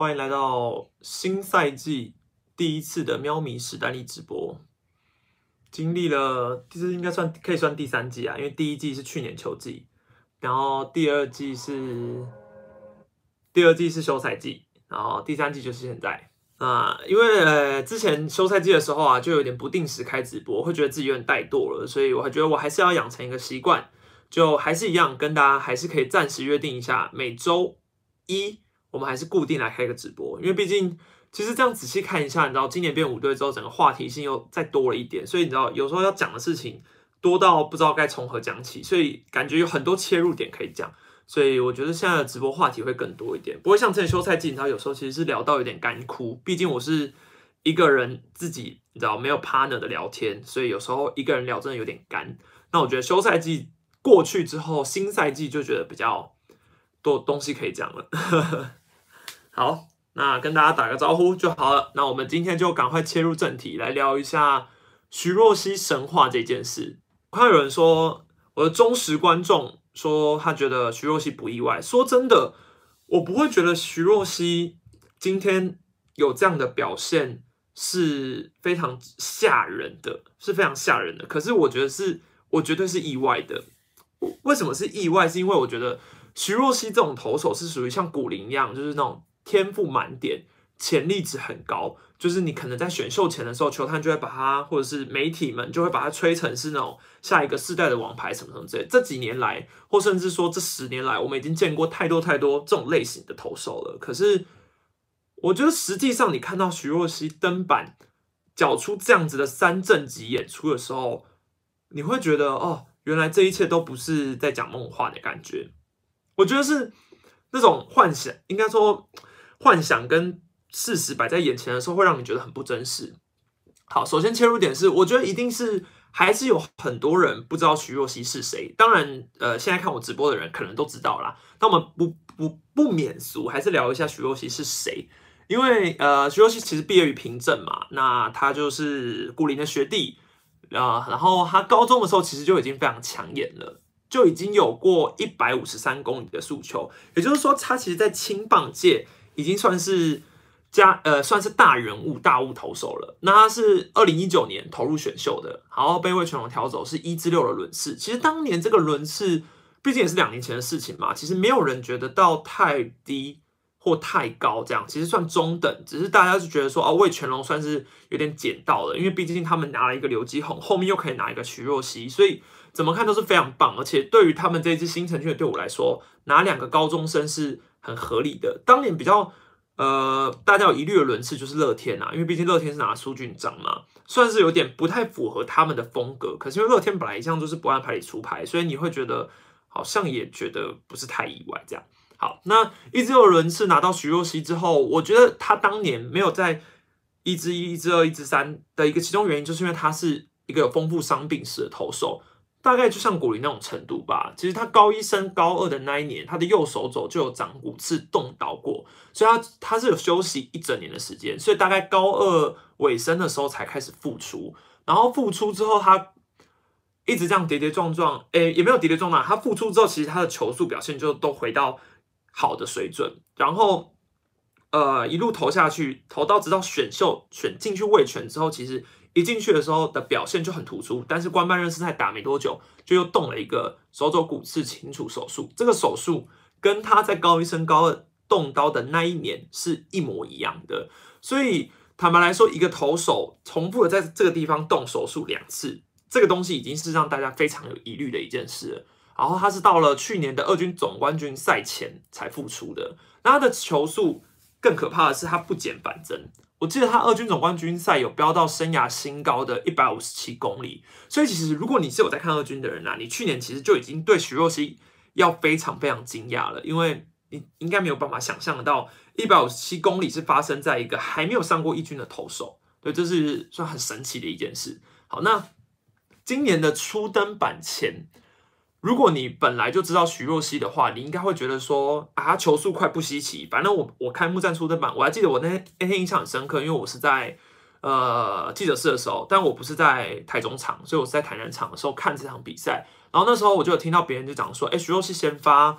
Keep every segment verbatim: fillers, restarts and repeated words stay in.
欢迎来到新赛季第一次的喵咪史丹利直播。经历了，这应该算可以算第三季啊，因为第一季是去年秋季，然后第二季是第二季是休赛季，然后第三季就是现在。啊、呃，因为呃之前休赛季的时候啊，就有点不定时开直播，会觉得自己有点怠惰了，所以我还觉得我还是要养成一个习惯，就还是一样跟大家还是可以暂时约定一下，每周一。我们还是固定来开个直播，因为毕竟其实这样仔细看一下，你知道今年变五队之后，整个话题性又再多了一点，所以你知道有时候要讲的事情多到不知道该从何讲起，所以感觉有很多切入点可以讲，所以我觉得现在的直播话题会更多一点，不会像之前休赛季，你知道有时候其实是聊到有点干枯，毕竟我是一个人自己你知道没有 partner 的聊天，所以有时候一个人聊真的有点干。那我觉得休赛季过去之后，新赛季就觉得比较多东西可以讲了。好，那跟大家打个招呼就好了。那我们今天就赶快切入正题，来聊一下徐若曦神话这件事。我看到有人说，我的忠实观众说他觉得徐若曦不意外。说真的，我不会觉得徐若曦今天有这样的表现是非常吓人的，是非常吓人的。可是我觉得是，我绝对是意外的。为什么是意外？是因为我觉得徐若曦这种投手是属于像古林一样，就是那种天赋满点，潜力值很高，就是你可能在选秀前的时候，球探就会把他，或者是媒体们就会把他吹成是那种下一个世代的王牌什么什么之类的。这几年来，或甚至说这十年来，我们已经见过太多太多这种类型的投手了。可是，我觉得实际上你看到徐若曦登板缴出这样子的三振级演出的时候，你会觉得哦，原来这一切都不是在讲梦幻的感觉。我觉得是那种幻想，应该说幻想跟事实摆在眼前的时候，会让你觉得很不真实。好，首先切入点是，我觉得一定是还是有很多人不知道徐若曦是谁。当然，呃，现在看我直播的人可能都知道啦。那我们不不不免俗，还是聊一下徐若曦是谁。因为呃，徐若曦其实毕业于平镇嘛，那他就是古林的学弟啊、呃，然后他高中的时候其实就已经非常抢眼了。就已经有过一百五十三公里的速球，也就是说，他其实在青棒界已经算是加呃算是大人物、大物投手了。那他是二零一九年投入选秀的，然后被魏全龙挑走，是一至六的轮次。其实当年这个轮次，毕竟也是两年前的事情嘛，其实没有人觉得到太低或太高，这样其实算中等。只是大家就觉得说，哦，魏全龙算是有点捡到了，因为毕竟他们拿了一个刘基宏，后面又可以拿一个徐若曦，所以怎么看都是非常棒。而且对于他们这一支新成军的队伍来说，拿两个高中生是很合理的。当年比较呃大家有疑虑的轮次就是乐天啊，因为毕竟乐天是拿苏俊章嘛，算是有点不太符合他们的风格。可是因为乐天本来一向就是不按牌理出牌，所以你会觉得好像也觉得不是太意外这样。好，那一至六轮次拿到徐若曦之后，我觉得他当年没有在一至一、一至二、一至三的一个其中原因，就是因为他是一个有丰富伤病史的投手，大概就像古林那种程度吧。其实他高一升高二的那一年，他的右手肘就有长骨刺动倒过，所以他他是有休息一整年的时间，所以大概高二尾声的时候才开始复出。然后复出之后，他一直这样跌跌撞撞，诶，也没有跌跌撞撞，他复出之后，其实他的球速表现就都回到好的水准，然后呃一路投下去，投到直到选秀选进去味全之后，其实一进去的时候的表现就很突出，但是官办认识才打没多久，就又动了一个手肘骨刺清除手术。这个手术跟他在高一升高二动刀的那一年是一模一样的，所以坦白来说，一个投手重复的在这个地方动手术两次，这个东西已经是让大家非常有疑虑的一件事了。然后他是到了去年的二军总冠军赛前才复出的。那他的球速更可怕的是，他不减反增。我记得他二军总冠军赛有飙到生涯新高的一百五十七公里。所以其实如果你是有在看二军的人啊，你去年其实就已经对徐若曦要非常非常惊讶了，因为你应该没有办法想象得到一百五十七公里是发生在一个还没有上过一军的投手。对，这是算很神奇的一件事。好，那今年的初登板前，如果你本来就知道徐若曦的话，你应该会觉得说啊，球速快不稀奇。反正我我开幕战初登板，我还记得我那那天印象很深刻，因为我是在呃记者室的时候，但我不是在台中场，所以我是在台南场的时候看这场比赛。然后那时候我就有听到别人就讲说，哎，徐若曦先发，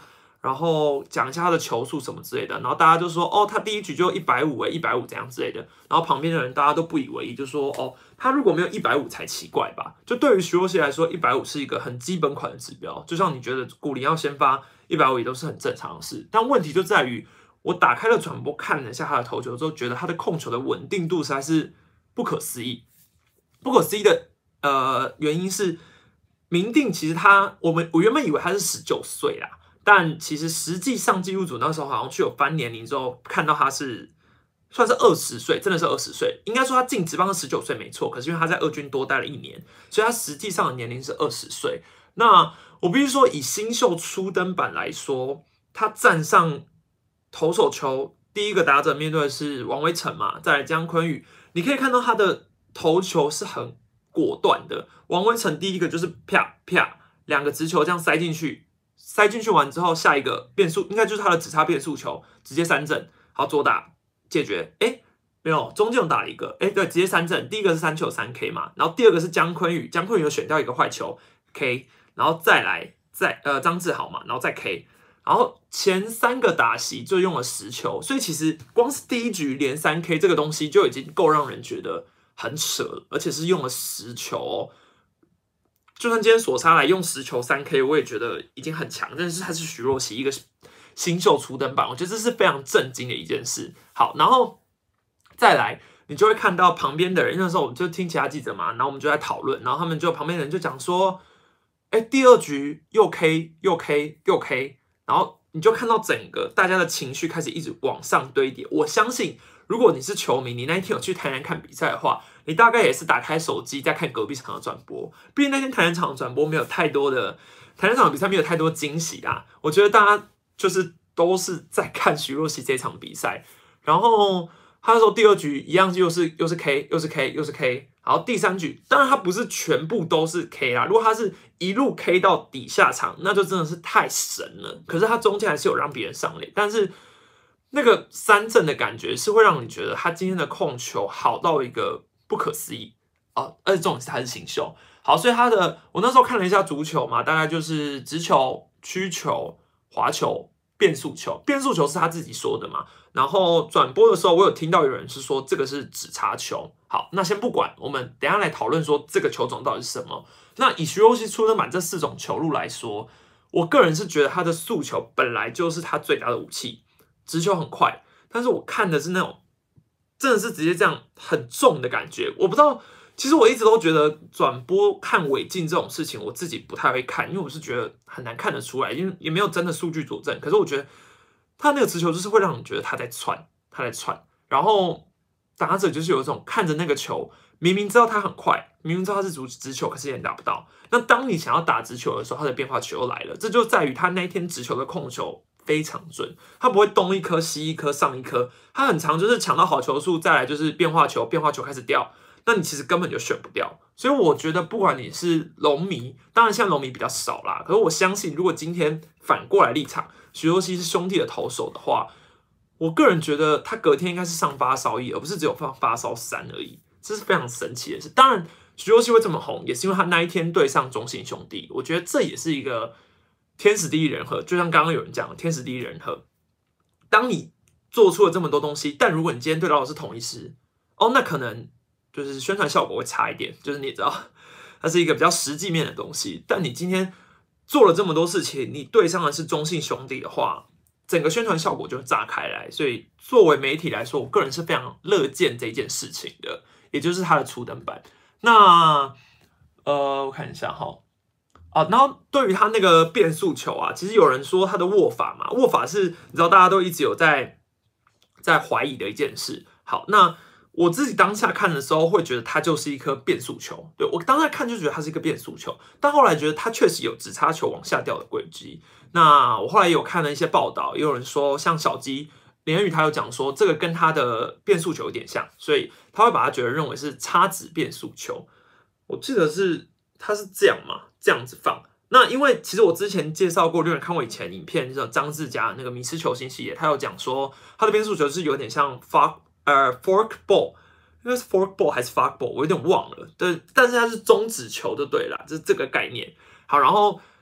然后讲一下他的球速什么之类的，然后大家就说哦，他第一局就一百五哎，一百五怎样之类的，然后旁边的人大家都不以为意，就说哦，他如果没有一百五才奇怪吧？就对于徐若曦来说，一百五是一个很基本款的指标，就像你觉得古林要先发一百五也都是很正常的事，但问题就在于我打开了转播看了一下他的投球之后，觉得他的控球的稳定度实在是不可思议，不可思议的呃原因是明定其实他我们我原本以为他是十九岁啦。但其实实际上记录组那时候好像去有翻年龄之后，看到他是算是二十岁，真的是二十岁。应该说他进职棒是十九岁没错，可是因为他在二军多待了一年，所以他实际上的年龄是二十岁。那我必须说，以新秀初登板来说，他站上投手球，第一个打者面对的是王威成嘛，再来江坤宇，你可以看到他的投球是很果断的。王威成第一个就是啪啪两个直球这样塞进去。塞进去完之后，下一个变速应该就是他的直插变速球，直接三振，好左打解决。哎，没有，中间有打了一个，哎，对，直接三振。第一个是三球三 K 嘛，然后第二个是江坤宇，江坤宇有选掉一个坏球 K， 然后再来再呃张志豪嘛，然后再 K， 然后前三个打席就用了十球，所以其实光是第一局连三 K 这个东西就已经够让人觉得很扯了，而且是用了十球哦。就算今天索沙来用十球三 K， 我也觉得已经很强。但是他是徐若曦一个新秀初登板，我觉得这是非常震惊的一件事。好，然后再来，你就会看到旁边的人，那时候我就听其他记者嘛，然后我们就在讨论，然后他们就旁边的人就讲说，哎，第二局又 K 又 K 又 K， 然后你就看到整个大家的情绪开始一直往上堆叠。我相信，如果你是球迷，你那一天有去台南看比赛的话，你大概也是打开手机在看隔壁场的转播，毕竟那天台南场的转播没有太多的台南场的比赛没有太多惊喜啦。我觉得大家就是都是在看徐若曦这场比赛，然后他说第二局一样又是又是 K 又是 K 又是 K， 然后第三局当然他不是全部都是 K 啦，如果他是一路 K 到底下场，那就真的是太神了。可是他中间还是有让别人上垒，但是那个三振的感觉是会让你觉得他今天的控球好到一个不可思议哦，而且重点是他是新秀。好，所以他的我那时候看了一下足球嘛，大概就是直球、曲球、滑球、变速球。变速球是他自己说的嘛，然后转播的时候我有听到有人是说这个是指叉球。好，那先不管，我们等一下来讨论说这个球种到底是什么。那以徐若曦初登板这四种球路来说，我个人是觉得他的速球本来就是他最大的武器，直球很快，但是我看的是那种真的是直接这样很重的感觉。我不知道，其实我一直都觉得转播看尾劲这种事情，我自己不太会看，因为我是觉得很难看得出来，因为也没有真的数据佐证。可是我觉得他那个直球就是会让你觉得他在窜，他在窜，然后打者就是有一种看着那个球，明明知道他很快，明明知道他是直球，可是也打不到。那当你想要打直球的时候，他的变化球又来了，这就在于他那一天直球的控球非常准，他不会东一颗西一颗上一颗，他很常就是抢到好球数，再来就是变化球，变化球开始掉，那你其实根本就选不掉。所以我觉得不管你是龙迷，当然现在龙迷比较少啦，可是我相信如果今天反过来立场，徐若曦是兄弟的投手的话，我个人觉得他隔天应该是上发烧一，而不是只有放发烧三而已，这是非常神奇的事。当然徐若曦会这么红，也是因为他那一天对上中信兄弟，我觉得这也是一个天时地利人和，就像刚刚有人讲的天时地利人和。当你做出了这么多东西，但如果你今天对到的是同一师，哦，那可能就是宣传效果会差一点，就是你也知道，它是一个比较实际面的东西。但你今天做了这么多事情，你对上的是中信兄弟的话，整个宣传效果就炸开来。所以作为媒体来说，我个人是非常乐见这件事情的，也就是他的初登板。那呃，我看一下哈。啊，然后对于他那个变速球啊，其实有人说他的握法嘛，握法是你知道大家都一直有在在怀疑的一件事。好，那我自己当下看的时候会觉得它就是一颗变速球，对，我当下看就觉得它是一个变速球，但后来觉得它确实有直插球往下掉的轨迹。那我后来有看了一些报道，也有人说像小鸡连宇他有讲说这个跟他的变速球有点像，所以他会把它觉得认为是叉子变速球。我记得是他是这样嘛，这样子放。那因为其实我之前介绍过，有人看过以前影片，就是张志佳那个迷失球星系列，他有讲说他的变速球是有点像 fork 呃 fork ball， 应该是 fork ball 还是 fork ball， 我有点忘了。对，但是它是中指球就对了，这是这个概念。好，然后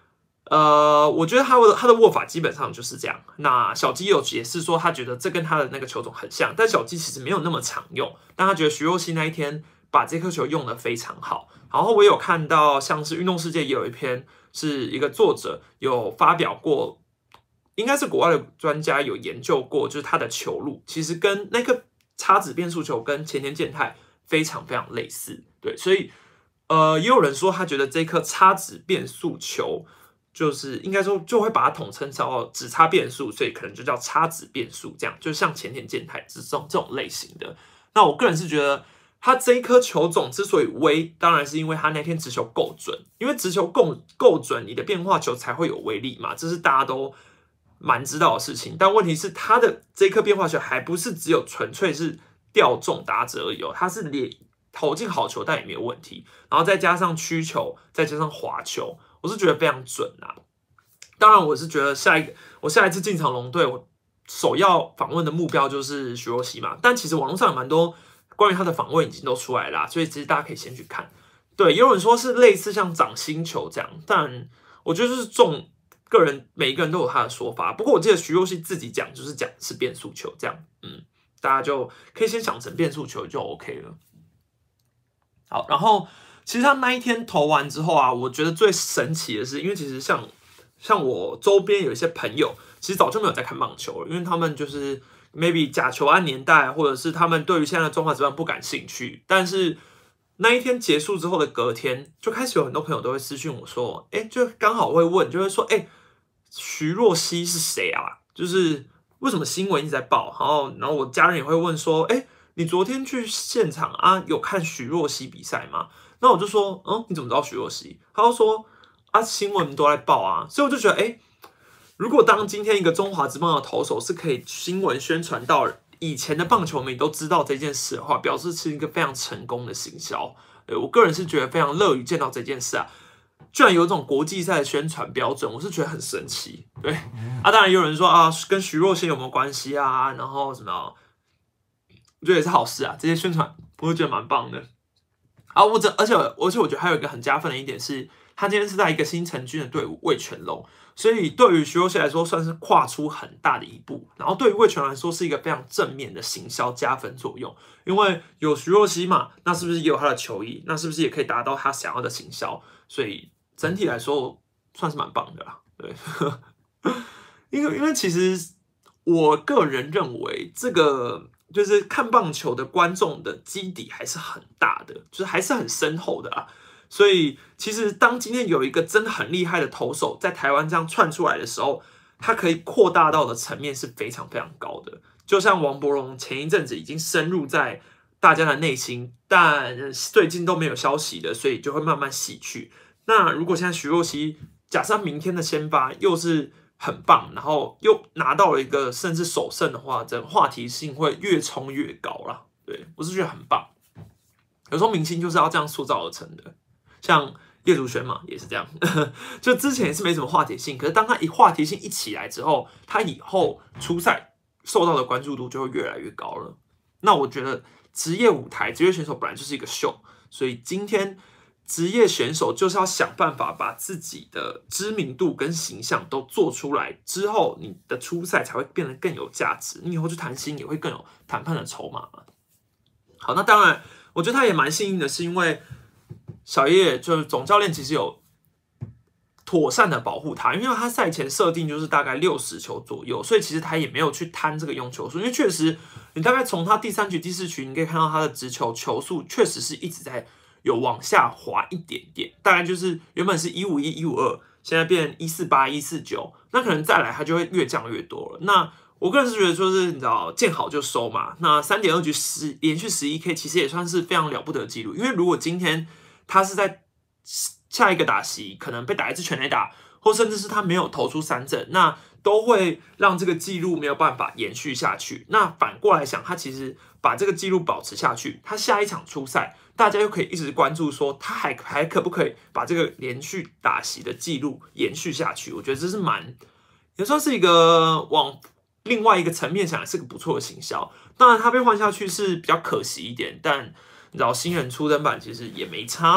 呃，我觉得他的他的握法基本上就是这样。那小鸡有解释说，他觉得这跟他的那个球种很像，但小鸡其实没有那么常用。但他觉得徐若曦那一天把这颗球用得非常好。然后我有看到，像是运动世界也有一篇，是一个作者有发表过，应该是国外的专家有研究过，就是他的球路其实跟那个叉子变速球跟前田健太非常非常类似。对，所以呃，也有人说他觉得这颗叉子变速球。就是应该说就会把它统称叫指叉变速，所以可能就叫叉子变速，这样就像前田健太这种这种类型的。那我个人是觉得，他这一颗球种之所以威，当然是因为他那天直球够准，因为直球够够准，你的变化球才会有威力嘛，这是大家都蛮知道的事情。但问题是，他的这颗变化球还不是只有纯粹是吊中打者而已哦，他是连投进好球但也没有问题，然后再加上曲球，再加上滑球。我是觉得非常准啊！当然，我是觉得下一个我下一次进场龙队，我首要访问的目标就是徐若曦嘛。但其实网络上有蛮多关于他的访问已经都出来啦，所以其实大家可以先去看。对，也有人说是类似像掌心球这样，但我觉得就是中个人每一个人都有他的说法。不过我记得徐若曦自己讲就是讲是变速球这样，嗯，大家就可以先想成变速球就 OK 了。好，然后。其实他那一天投完之后啊，我觉得最神奇的是，因为其实像像我周边有一些朋友，其实早就没有在看棒球了，因为他们就是 maybe 假球案年代，或者是他们对于现在的中华职棒不感兴趣。但是那一天结束之后的隔天，就开始有很多朋友都会私讯我说，哎，就刚好会问，就会说，哎，徐若曦是谁啊？就是为什么新闻一直在报？然后然后我家人也会问说，哎，你昨天去现场啊，有看徐若曦比赛吗？那我就说，嗯，你怎么知道徐若曦？他就说，啊，新闻都在报啊，所以我就觉得，哎，如果当今天一个中华职棒的投手是可以新闻宣传到以前的棒球迷都知道这件事的话，表示是一个非常成功的行销。对，我个人是觉得非常乐于见到这件事啊，居然有一种国际赛的宣传标准，我是觉得很神奇。对，啊，当然也有人说啊，跟徐若曦有没有关系啊？然后什么，我觉得也是好事啊，这些宣传我会觉得蛮棒的。啊，我这而且而且我觉得还有一个很加分的一点是，他今天是在一个新成军的队伍味全龙，所以对于徐若曦来说算是跨出很大的一步，然后对于味全龙来说是一个非常正面的行销加分作用，因为有徐若曦嘛，那是不是也有他的球衣？那是不是也可以达到他想要的行销？所以整体来说算是蛮棒的啦，对，因为因为其实我个人认为这个。就是看棒球的观众的基底还是很大的，就是还是很深厚的啊。所以其实当今天有一个真的很厉害的投手在台湾这样窜出来的时候，他可以扩大到的层面是非常非常高的。就像王柏融前一阵子已经深入在大家的内心，但最近都没有消息的，所以就会慢慢洗去。那如果现在徐若曦，假设明天的先发又是很棒，然后又拿到了一个甚至首胜的话，这话题性会越冲越高啦。对，我是觉得很棒。有时候明星就是要这样塑造而成的，像叶竹轩嘛，也是这样。就之前也是没什么话题性，可是当他一话题性一起来之后，他以后出赛受到的关注度就会越来越高了。那我觉得职业舞台，职业选手本来就是一个秀，所以今天。职业选手就是要想办法把自己的知名度跟形象都做出来之后，你的出赛才会变得更有价值。你以后去谈薪也会更有谈判的筹码嘛。好，那当然，我觉得他也蛮幸运的，是因为小叶就是总教练，其实有妥善的保护他，因为他赛前设定就是大概六十球左右，所以其实他也没有去贪这个用球数，因为确实你大概从他第三局、第四局，你可以看到他的直球球速确实是一直在。有往下滑一点点，大概就是原本是一五一、一五二，现在变一四八、一四九，那可能再来它就会越降越多了。那我个人是觉得说是你知道见好就收嘛，那三点二局十连续十一 K 其实也算是非常了不得的记录，因为如果今天他是在下一个打席可能被打一支全垒打，或甚至是他没有投出三振，那都会让这个记录没有办法延续下去。那反过来想，他其实把这个记录保持下去，他下一场出赛。大家又可以一直关注说他还还可不可以把这个连续打席的记录延续下去？我觉得这是蛮也算是一个往另外一个层面想，是个不错的行销。当然，他被换下去是比较可惜一点，但你知道新人初登板其实也没差啦。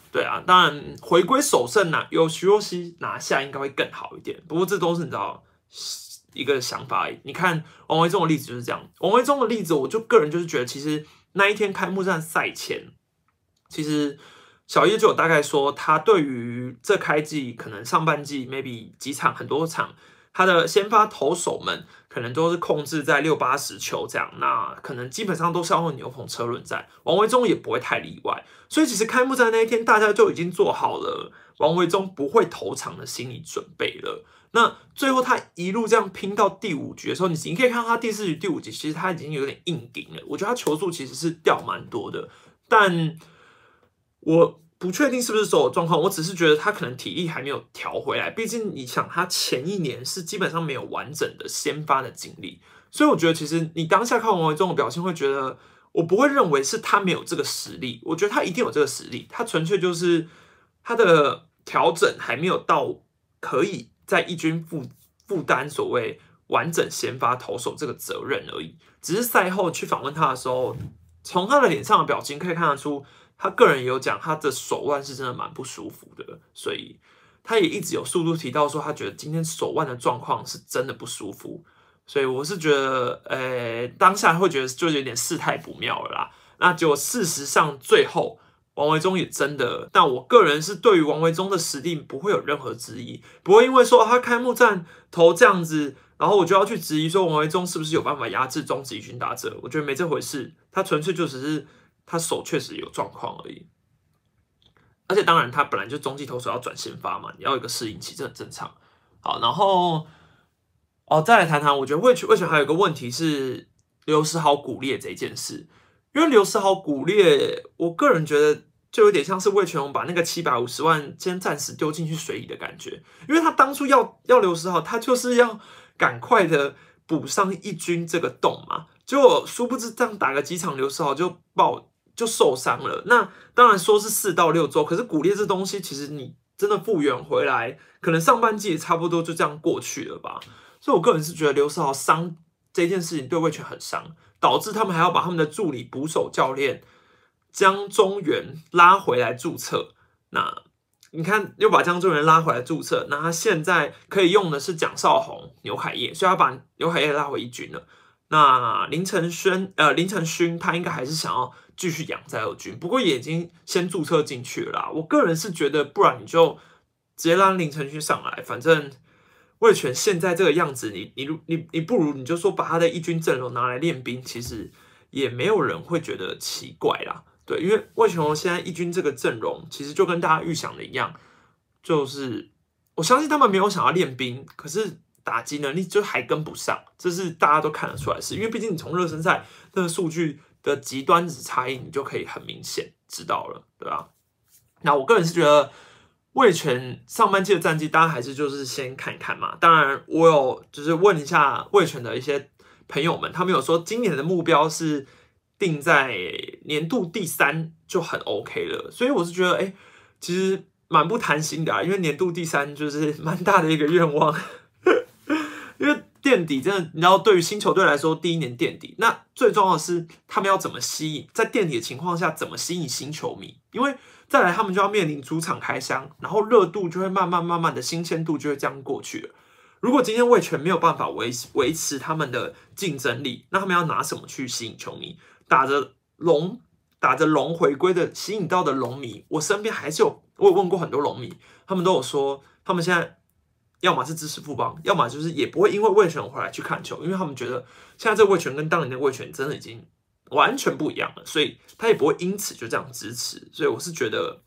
对啊，当然回归首胜拿有徐若曦拿下应该会更好一点。不过这都是你知道一个想法而已。你看王维忠的例子就是这样，王维忠的例子，我就个人就是觉得，其实那一天开幕战赛前，其实小叶就有大概说，他对于这开季可能上半季 maybe 几场很多场，他的先发投手们可能都是控制在六八十球这样，那可能基本上都是要用牛棚车轮战，王维忠也不会太例外。所以其实开幕战那一天，大家就已经做好了王维忠不会投场的心理准备了。那最后他一路这样拼到第五局的时候，你你可以看到他第四局、第五局，其实他已经有点硬顶了。我觉得他球速其实是掉蛮多的，但我不确定是不是手有状况，我只是觉得他可能体力还没有调回来。毕竟你想，他前一年是基本上没有完整的先发的经历，所以我觉得其实你当下看王维忠的表现，会觉得我不会认为是他没有这个实力，我觉得他一定有这个实力，他纯粹就是他的调整还没有到可以在一军负负担所谓完整先发投手这个责任而已。只是赛后去访问他的时候，从他的脸上的表情可以看得出，他个人也有讲他的手腕是真的蛮不舒服的，所以他也一直有速度提到说，他觉得今天手腕的状况是真的不舒服。所以我是觉得，呃，当下会觉得就有点事态不妙了啦。那结果事实上最后王维忠也真的，但我个人是对于王维忠的实力不会有任何质疑，不会因为说他开幕战投这样子，然后我就要去质疑说王维忠是不是有办法压制中职一军打者。我觉得没这回事，他纯粹就只是他手确实有状况而已。而且当然他本来就中继投手要转先发嘛，你要有一个适应期，这很正常。好，然后。哦，再来谈谈，我觉得味全味全还有一个问题是刘时豪骨裂这件事，因为刘时豪骨裂，我个人觉得就有点像是味全龙把那个七百五十万先暂时丢进去水里的感觉，因为他当初要要刘时豪，他就是要赶快的补上一军这个洞嘛，结果殊不知这样打个几场，刘时豪就爆就受伤了。那当然说是四到六周，可是骨裂这东西，其实你真的复原回来，可能上半季也差不多就这样过去了吧。所以我个人是觉得刘时豪伤这件事情对味全很伤，导致他们还要把他们的助理捕手教练江中原拉回来注册。那你看又把江中原拉回来注册，那他现在可以用的是蒋少红、牛海业，所以他把牛海业拉回一军了。那林承轩呃林承勋他应该还是想要继续养在二军，不过也已经先注册进去了啦。我个人是觉得，不然你就直接让林承勋上来，反正。味全现在这个样子，你你你你不如你就说把他的一军阵容拿来练兵，其实也没有人会觉得奇怪啦。对，因为味全龙现在一军这个阵容，其实就跟大家预想的一样，就是我相信他们没有想要练兵，可是打击能力就还跟不上，这是大家都看得出来的事。因为毕竟你从热身赛那个数据的极端值差异，你就可以很明显知道了，对吧？那我个人是觉得。味全上半季的战绩，大家还是就是先看看嘛。当然，我有就是问一下味全的一些朋友们，他们有说今年的目标是定在年度第三就很 OK 了。所以我是觉得，哎、欸，其实蛮不贪心的啊，因为年度第三就是蛮大的一个愿望。因为垫底真的，你知道，对于新球队来说，第一年垫底，那最重要的是他们要怎么吸引，在垫底的情况下怎么吸引新球迷，因为。再来，他们就要面临主场开箱，然后热度就会慢慢慢慢的新鲜度就会这样过去了。如果今天味全没有办法维维持他们的竞争力，那他们要拿什么去吸引球迷？打着龙打着龙回归的吸引到的龙迷，我身边还是有，我有问过很多龙迷，他们都有说，他们现在要么是支持富邦，要么就是也不会因为味全回来去看球，因为他们觉得现在这个味全跟当年的味全真的已经。完全不一样了，所以他也不会因此就这样支持。所以我是觉得，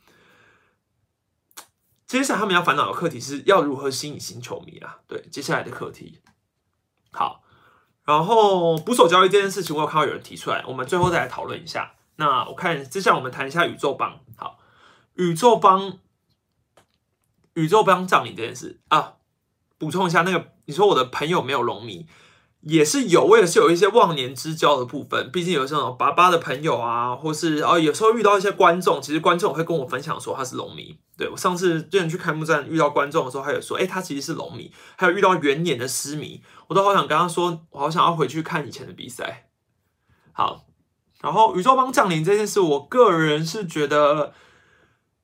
接下来他们要烦恼的课题是要如何吸引新球迷啊。对，接下来的课题。好，然后捕手交易这件事情，我有看到有人提出来，我们最后再来讨论一下。那我看接下来我们谈一下宇宙帮。好，宇宙帮，宇宙帮葬礼这件事啊，补充一下，那个你说我的朋友没有龙迷。也是有，我也是有一些忘年之交的部分。毕竟有这种爸爸的朋友啊，或是哦，有时候遇到一些观众，其实观众会跟我分享说他是龙迷。对我上次之前去开幕战遇到观众的时候，他有说，哎、欸，他其实是龙迷。还有遇到元年的狮迷，我都好想跟他说，我好想要回去看以前的比赛。好，然后宇宙帮降临这件事，我个人是觉得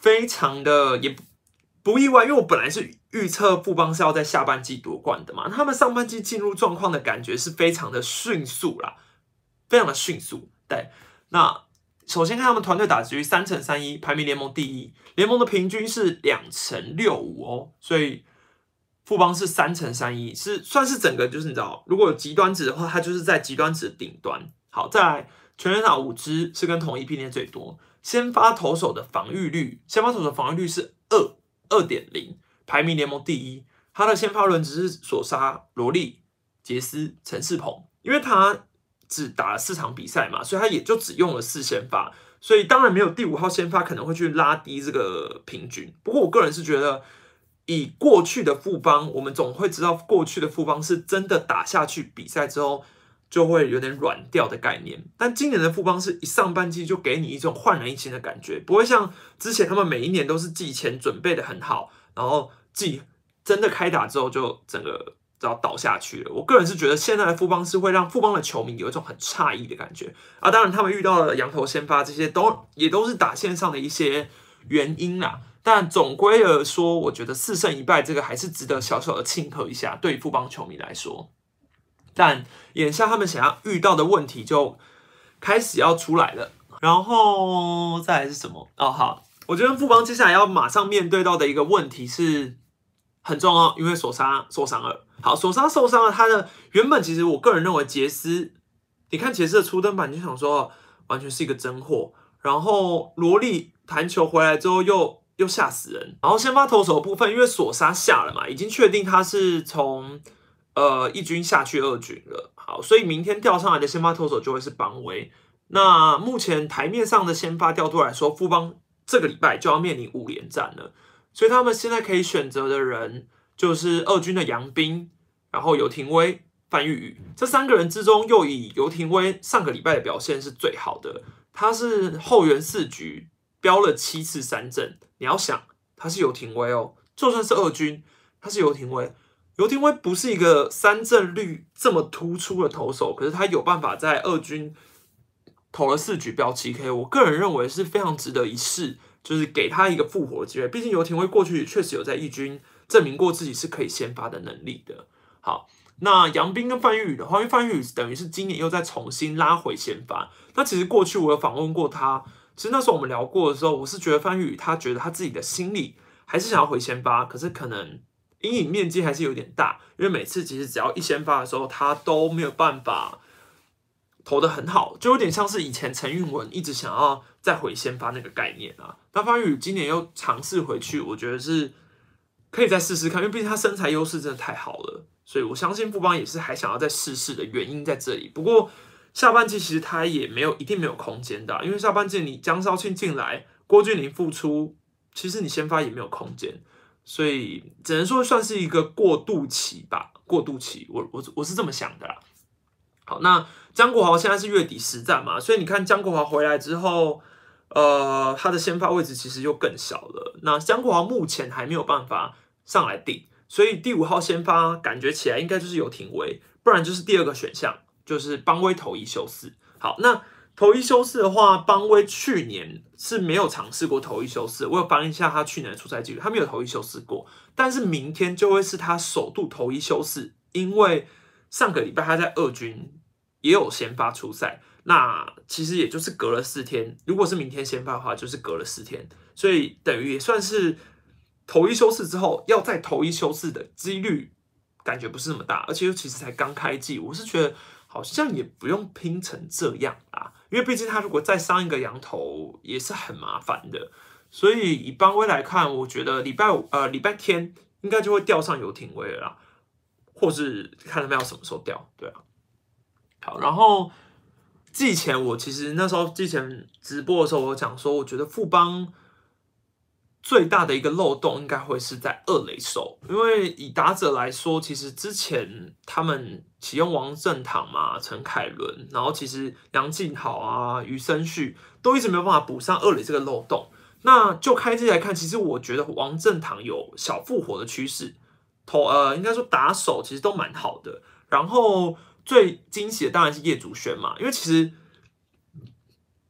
非常的也不不意外，因为我本来是预测富邦是要在下半季夺冠的嘛，他们上半季进入状况的感觉是非常的迅速啦，非常的迅速。对，那首先看他们团队打击率三乘三一，排名联盟第一，联盟的平均是两乘六五哦，所以富邦是三乘三一，是算是整个就是你知道，如果有极端值的话，它就是在极端值的顶端。好，再来全垒打五支是跟统一并列最多，先发投手的防御率，先发投手防御率是二二点零，排名联盟第一。他的先发轮值是索沙、罗力、杰斯、陈世鹏，因为他只打了四场比赛嘛，所以他也就只用了四先发，所以当然没有第五号先发可能会去拉低这个平均。不过我个人是觉得，以过去的富邦，我们总会知道过去的富邦是真的打下去比赛之后就会有点软掉的概念，但今年的富邦是一上半季就给你一种焕然一新的感觉，不会像之前他们每一年都是季前准备的很好，然后季真的开打之后就整个要倒下去了。我个人是觉得现在的富邦是会让富邦的球迷有一种很诧异的感觉啊。当然他们遇到了洋投先发，这些都也都是打线上的一些原因啦。但总归而说，我觉得四胜一败这个还是值得小小的庆贺一下，对于富邦球迷来说。但眼下他们想要遇到的问题就开始要出来了，然后再来是什么？哦，好，我觉得富邦接下来要马上面对到的一个问题是很重要，因为索沙受伤了。好，索沙受伤了，他的原本其实我个人认为杰斯，你看杰斯的初登板，你就想说完全是一个真货，然后罗力弹球回来之后又又吓死人，然后先发投手的部分，因为索沙下了嘛，已经确定他是从呃一军下去二军了，好，所以明天调上来的先发投手就会是邦威。那目前台面上的先发调度来说，富邦这个礼拜就要面临五连战了，所以他们现在可以选择的人就是二军的杨斌，然后游廷威、范玉宇这三个人之中，又以游廷威上个礼拜的表现是最好的，他是后援四局飙了七次三振，你要想他是游廷威哦，就算是二军，他是游廷威。游廷威不是一个三振率这么突出的投手，可是他有办法在二军投了四局飙七 K， 我个人认为是非常值得一试，就是给他一个复活的机会。毕竟游廷威过去确实有在一军证明过自己是可以先发的能力的。好，那杨斌跟范玉宇的话，因为范玉宇等于是今年又再重新拉回先发。那其实过去我有访问过他，其实那时候我们聊过的时候，我是觉得范玉宇他觉得他自己的心力还是想要回先发，可是可能阴影面积还是有点大，因为每次其实只要一先发的时候，他都没有办法投得很好，就有点像是以前陈韵文一直想要再回先发那个概念啊。那范玉宇今年又尝试回去，我觉得是可以再试试看，因为毕竟他身材优势真的太好了，所以我相信富邦也是还想要再试试的原因在这里。不过下半季其实他也没有一定没有空间的啊，因为下半季你江少庆进来，郭俊麟复出，其实你先发也没有空间。所以只能说算是一个过渡期吧，过渡期，我我我是这么想的啦。好，那江国豪现在是月底实战嘛，所以你看江国豪回来之后，呃，他的先发位置其实又更小了。那江国豪目前还没有办法上来顶，所以第五号先发感觉起来应该就是游廷威，不然就是第二个选项就是邦威投一休四。好，那投一休四的话，邦威去年是没有尝试过投一休四，我有翻一下他去年的出赛记录，他没有投一休四过。但是明天就会是他首度投一休四，因为上个礼拜他在二军也有先发出赛，那其实也就是隔了四天。如果是明天先发的话，就是隔了四天，所以等于也算是投一休四之后要再投一休四的几率，感觉不是那么大，而且又其实才刚开季，我是觉得好像也不用拼成这样啦。因为毕竟他如果再上一个羊头也是很麻烦的，所以以邦威来看，我觉得礼拜五呃礼拜天应该就会调上游艇威了啦，或是看他们要什么时候调，对啊。好，然后季前我其实那时候季前直播的时候，我讲说，我觉得富邦最大的一个漏洞应该会是在二垒手，因为以打者来说，其实之前他们启用王正堂嘛、陈凯伦，然后其实杨敬豪啊、余生旭都一直没有办法补上二垒这个漏洞。那就开季来看，其实我觉得王正堂有小复活的趋势，投呃应该说打手其实都蛮好的。然后最惊喜的当然是叶祖轩嘛，因为其实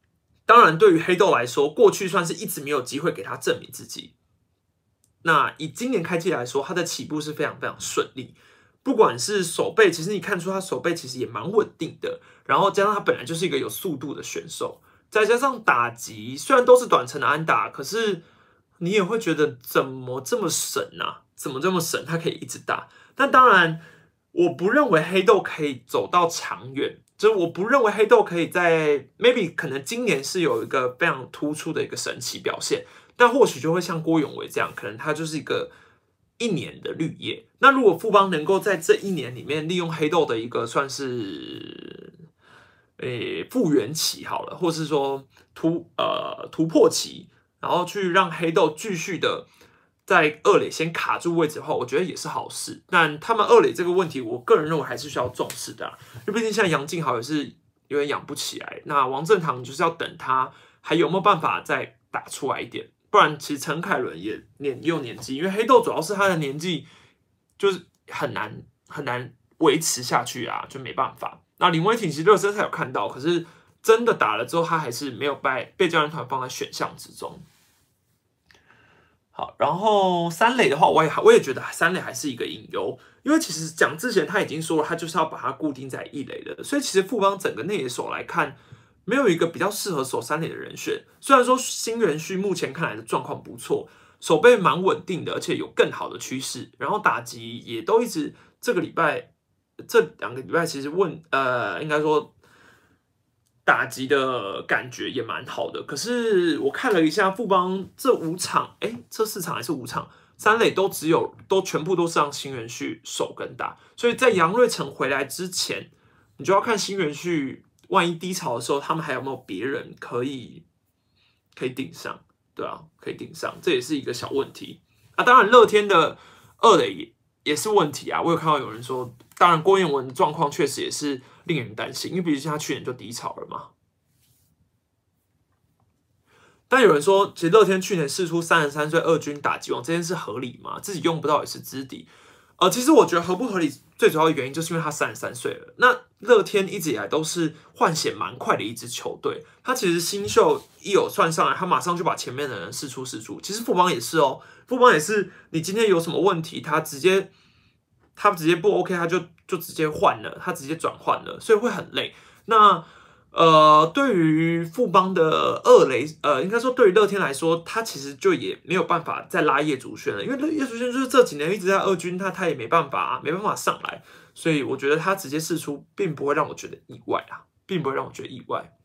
当然，对于黑豆来说，过去算是一直没有机会给他证明自己。那以今年开季来说，他的起步是非常非常顺利。不管是手背，其实你看出他手背其实也蛮稳定的。然后加上他本来就是一个有速度的选手，再加上打击，虽然都是短程的安打，可是你也会觉得怎么这么神啊？怎么这么神？他可以一直打。但当然，我不认为黑豆可以走到长远。就是我不认为黑豆可以在 maybe 可能今年是有一个非常突出的一个神奇表现，但或许就会像郭永维这样，可能他就是一个一年的绿叶。那如果富邦能够在这一年里面利用黑豆的一个算是诶复原期好了，或是说突呃突破期，然后去让黑豆继续的在二垒先卡住位置后，我觉得也是好事。但他们二垒这个问题，我个人认为还是需要重视的、啊，因为毕竟现在杨敬豪也是有点养不起来。那王正堂就是要等他还有没有办法再打出来一点，不然其实陈凯伦也年也有年纪，因为黑豆主要是他的年纪就是很难很难维持下去啊，就没办法。那林威霆其实热身赛有看到，可是真的打了之后，他还是没有被被教练团放在选项之中。好，然后三垒的话，我也我也觉得三垒还是一个隐忧，因为其实讲之前他已经说了，他就是要把它固定在一垒的，所以其实富邦整个内野手来看，没有一个比较适合守三垒的人选。虽然说新元旭目前看来的状况不错，手背蛮稳定的，而且有更好的趋势，然后打击也都一直这个礼拜这两个礼拜其实问呃应该说。打击的感觉也蛮好的，可是我看了一下富邦这五场，哎，这四场还是五场，三垒都只有都全部都是让新元旭守跟打，所以在杨瑞成回来之前，你就要看新元旭万一低潮的时候，他们还有没有别人可以可以顶上，对啊，可以顶上，这也是一个小问题啊。当然，乐天的二垒也也是问题啊。我有看到有人说，当然郭彦文的状况确实也是令人担心，因为毕竟他去年就低潮了嘛。但有人说，其实乐天去年释出三十三岁二军打击王这件事合理吗？自己用不到也是知底。呃，其实我觉得合不合理，最主要的原因就是因为他三十三岁了。那乐天一直以来都是换血蛮快的一支球队，他其实新秀一有算上来，他马上就把前面的人释出释出。其实富邦也是哦，富邦也是，你今天有什么问题，他直接他直接不 OK， 他就就直接换了，他直接转换了，所以会很累。那呃，对于富邦的二垒，呃，应该说对于乐天来说，他其实就也没有办法再拉叶竹轩了，因为叶竹轩就是这几年一直在二军，他他也没办法、啊，没办法上来，所以我觉得他直接释出，并不会让我觉得意外啊，并不会让我觉得意外。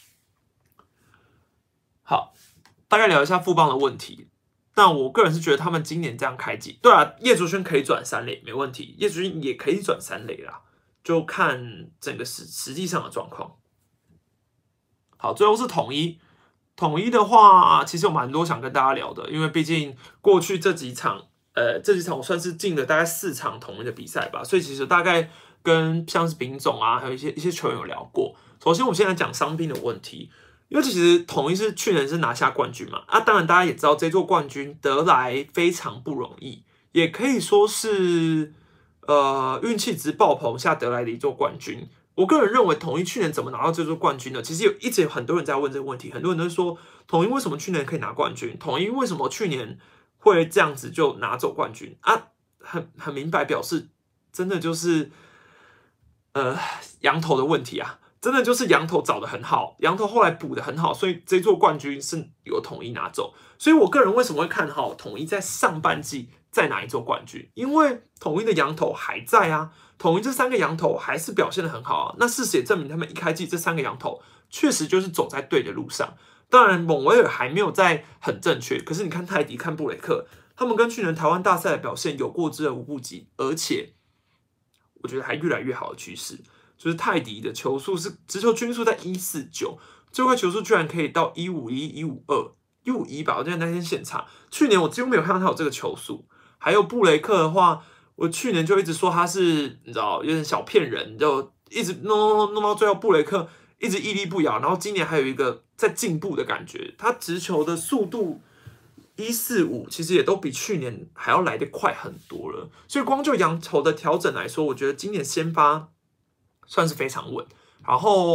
好，大概聊一下富邦的问题。但我个人是觉得他们今年这样开季，对啊，叶竹轩可以转三垒没问题，叶竹轩也可以转三垒啦，就看整个实实际上的状况。好，最后是统一。统一的话，其实有蛮多想跟大家聊的，因为毕竟过去这几场，呃，这几场我算是进了大概四场统一的比赛吧，所以其实大概跟像是丙总啊，还有一些一些球员有聊过。首先，我现在讲伤兵的问题，因为其实统一是去年是拿下冠军嘛，啊，当然大家也知道这座冠军得来非常不容易，也可以说是呃运气值爆棚下得来的一座冠军。我个人认为，统一去年怎么拿到这座冠军呢？其实有一直有很多人在问这个问题，很多人都说，统一为什么去年可以拿冠军？统一为什么去年会这样子就拿走冠军啊？很很明白表示，真的就是呃羊头的问题啊，真的就是羊头找的很好，羊头后来补的很好，所以这座冠军是由统一拿走。所以我个人为什么会看好统一在上半季再拿一座冠军？因为统一的羊头还在啊。统一这三个羊头还是表现得很好啊，那事实也证明他们一开季这三个羊头确实就是走在对的路上。当然，蒙维尔还没有在很正确，可是你看泰迪、看布雷克，他们跟去年台湾大赛的表现有过之而无不及，而且我觉得还越来越好的趋势。就是泰迪的球速是直球均速在一四九，最快球速居然可以到一五一、一五二、一五一吧？我记得那天现场，去年我几乎没有看到他有这个球速。还有布雷克的话。我去年就一直说他是，你知道，有点小骗人，就一直弄弄弄到最后，布雷克一直屹立不摇。然后今年还有一个在进步的感觉，他直球的速度一四五，其实也都比去年还要来得快很多了。所以光就羊头的调整来说，我觉得今年先发算是非常稳。然后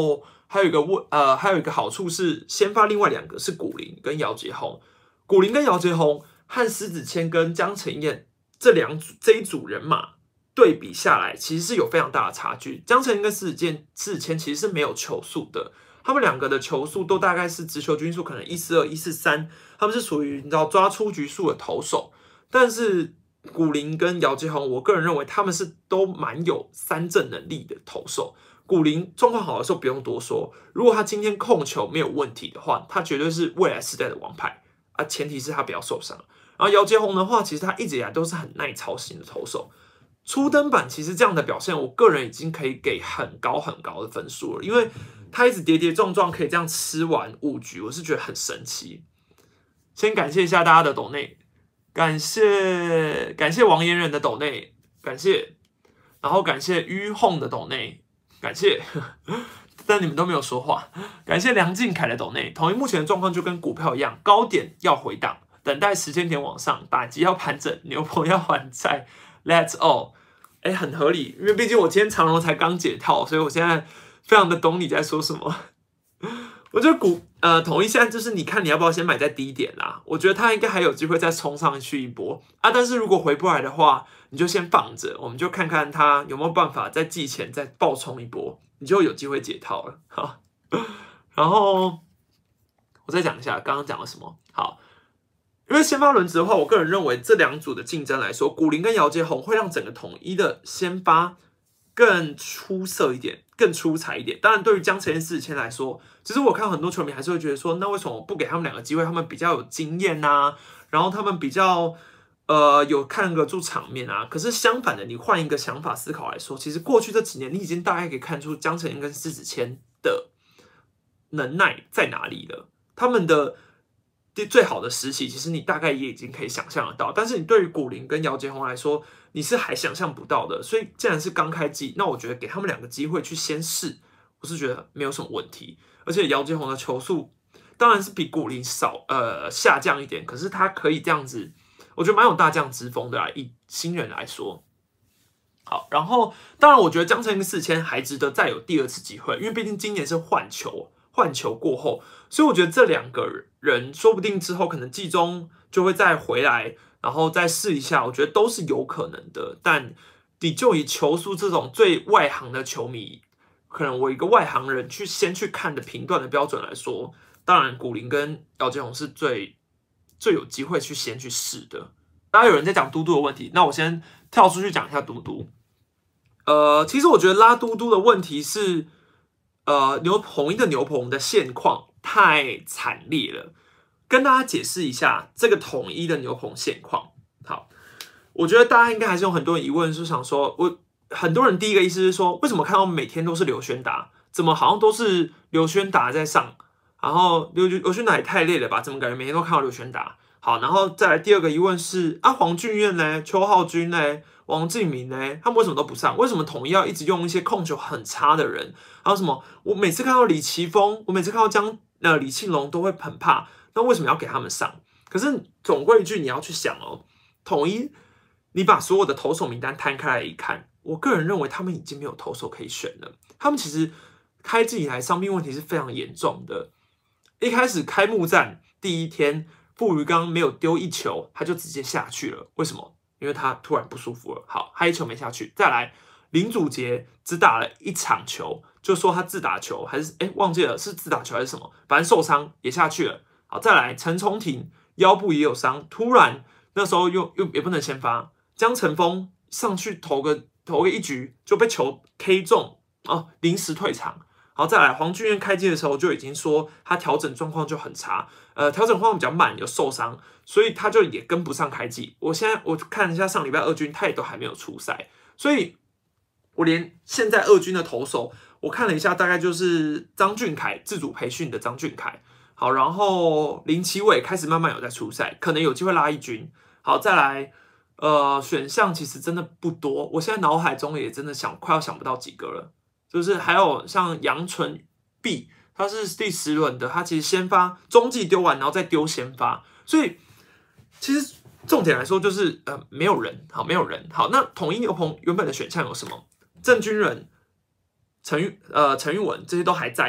还有一个问呃，还有一个好处是，先发另外两个是古林跟姚杰宏，古林跟姚杰宏和施子谦跟江承彦这两组这一组人马对比下来，其实是有非常大的差距。江承彦跟施子谦施子谦其实是没有球速的，他们两个的球速都大概是直球均速可能一四二、一四三，他们是属于你知道抓出局数的投手，但是古林跟姚杰宏，我个人认为他们是都蛮有三振能力的投手。古林状况好的时候不用多说，如果他今天控球没有问题的话，他绝对是未来时代的王牌啊，前提是他不要受伤。然后姚杰宏的话，其实他一直以来都是很耐操型的投手。初登板其实这样的表现，我个人已经可以给很高很高的分数了，因为他一直跌跌撞撞，可以这样吃完五局，我是觉得很神奇。先感谢一下大家的抖内，感谢感谢王嫣人的抖内，感谢，然后感谢于哄的抖内，感谢，但你们都没有说话。感谢梁靖凯的抖内，统一目前的状况就跟股票一样，高点要回档，等待时间点往上，打击要盘整，牛棚要还债。Let's all， 哎，很合理，因为毕竟我今天长荣才刚解套，所以我现在非常的懂你在说什么。我觉得股呃统一现在就是你看你要不要先买在低点啦，我觉得它应该还有机会再冲上去一波啊，但是如果回不来的话，你就先放着，我们就看看它有没有办法在季前再爆冲一波，你就有机会解套了。好，然后我再讲一下刚刚讲了什么。好。因为先发轮值的话，我个人认为这两组的竞争来说，古林跟姚杰宏会让整个统一的先发更出色一点，更出彩一点。当然，对于江承彦、施子谦来说，其实我看很多球迷还是会觉得说，那为什么不给他们两个机会？他们比较有经验啊，然后他们比较呃有看得住场面啊。可是相反的，你换一个想法思考来说，其实过去这几年你已经大概可以看出江承彦跟施子谦的能耐在哪里了，他们的。最好的时期，其实你大概也已经可以想象得到，但是你对于古林跟姚杰宏来说，你是还想象不到的。所以既然是刚开季，那我觉得给他们两个机会去先试，我是觉得没有什么问题。而且姚杰宏的球速当然是比古林少呃下降一点，可是他可以这样子，我觉得蛮有大将之风的啦。以新人来说，好，然后当然我觉得江承彦四千还值得再有第二次机会，因为毕竟今年是换球。换球过后，所以我觉得这两个人说不定之后可能季中就会再回来，然后再试一下，我觉得都是有可能的。但你就以球速这种最外行的球迷，可能我一个外行人去先去看的评断的标准来说，当然古林跟姚杰宏是最最有机会去先去试的。大家有人在讲嘟嘟的问题，那我先跳出去讲一下嘟嘟。呃，其实我觉得拉嘟嘟的问题是。呃，牛统一的牛棚的现况太惨烈了，跟大家解释一下这个统一的牛棚现况。好，我觉得大家应该还是有很多疑问，是想说，我很多人第一个意思是说，为什么看到每天都是刘轩达，怎么好像都是刘轩达在上，然后刘刘轩达也太累了吧？怎么感觉每天都看到刘轩达？好，然后再来第二个疑问是啊，黄俊彦呢？邱浩军呢？王敬明呢？他们为什么都不上？为什么统一要一直用一些控球很差的人？还有什么？我每次看到李奇峰，我每次看到江呃李庆龙都会很怕，那为什么要给他们上？可是总归一句，你要去想哦，统一你把所有的投手名单摊开来一看，我个人认为他们已经没有投手可以选了。他们其实开季以来伤病问题是非常严重的。一开始开幕战第一天，傅余刚没有丢一球，他就直接下去了。为什么？因为他突然不舒服了。好，他一球没下去。再来，林祖杰只打了一场球，就说他自打球还是哎忘记了是自打球还是什么，反正受伤也下去了。好，再来陈崇廷腰部也有伤，突然那时候又又也不能先发，江晨峰上去投个投个一局就被球 K 中哦，临时退场。好，再来黄俊彦开机的时候就已经说他调整状况就很差，呃，调整状况比较慢，有受伤，所以他就也跟不上开季。我现在我看一下上礼拜二军，他也都还没有出赛，所以我连现在二军的投手，我看了一下，大概就是张俊凯自主培训的张俊凯，好，然后林奇伟开始慢慢有在出赛，可能有机会拉一军。好，再来，呃，选项其实真的不多，我现在脑海中也真的想快要想不到几个了。就是还有像杨纯碧，他是第十轮的，他其实先发中继丢完，然后再丢先发，所以其实重点来说就是呃没有人，好没有人，好，那统一牛棚原本的选项有什么？郑军人、陈玉呃陈玉文这些都还在的，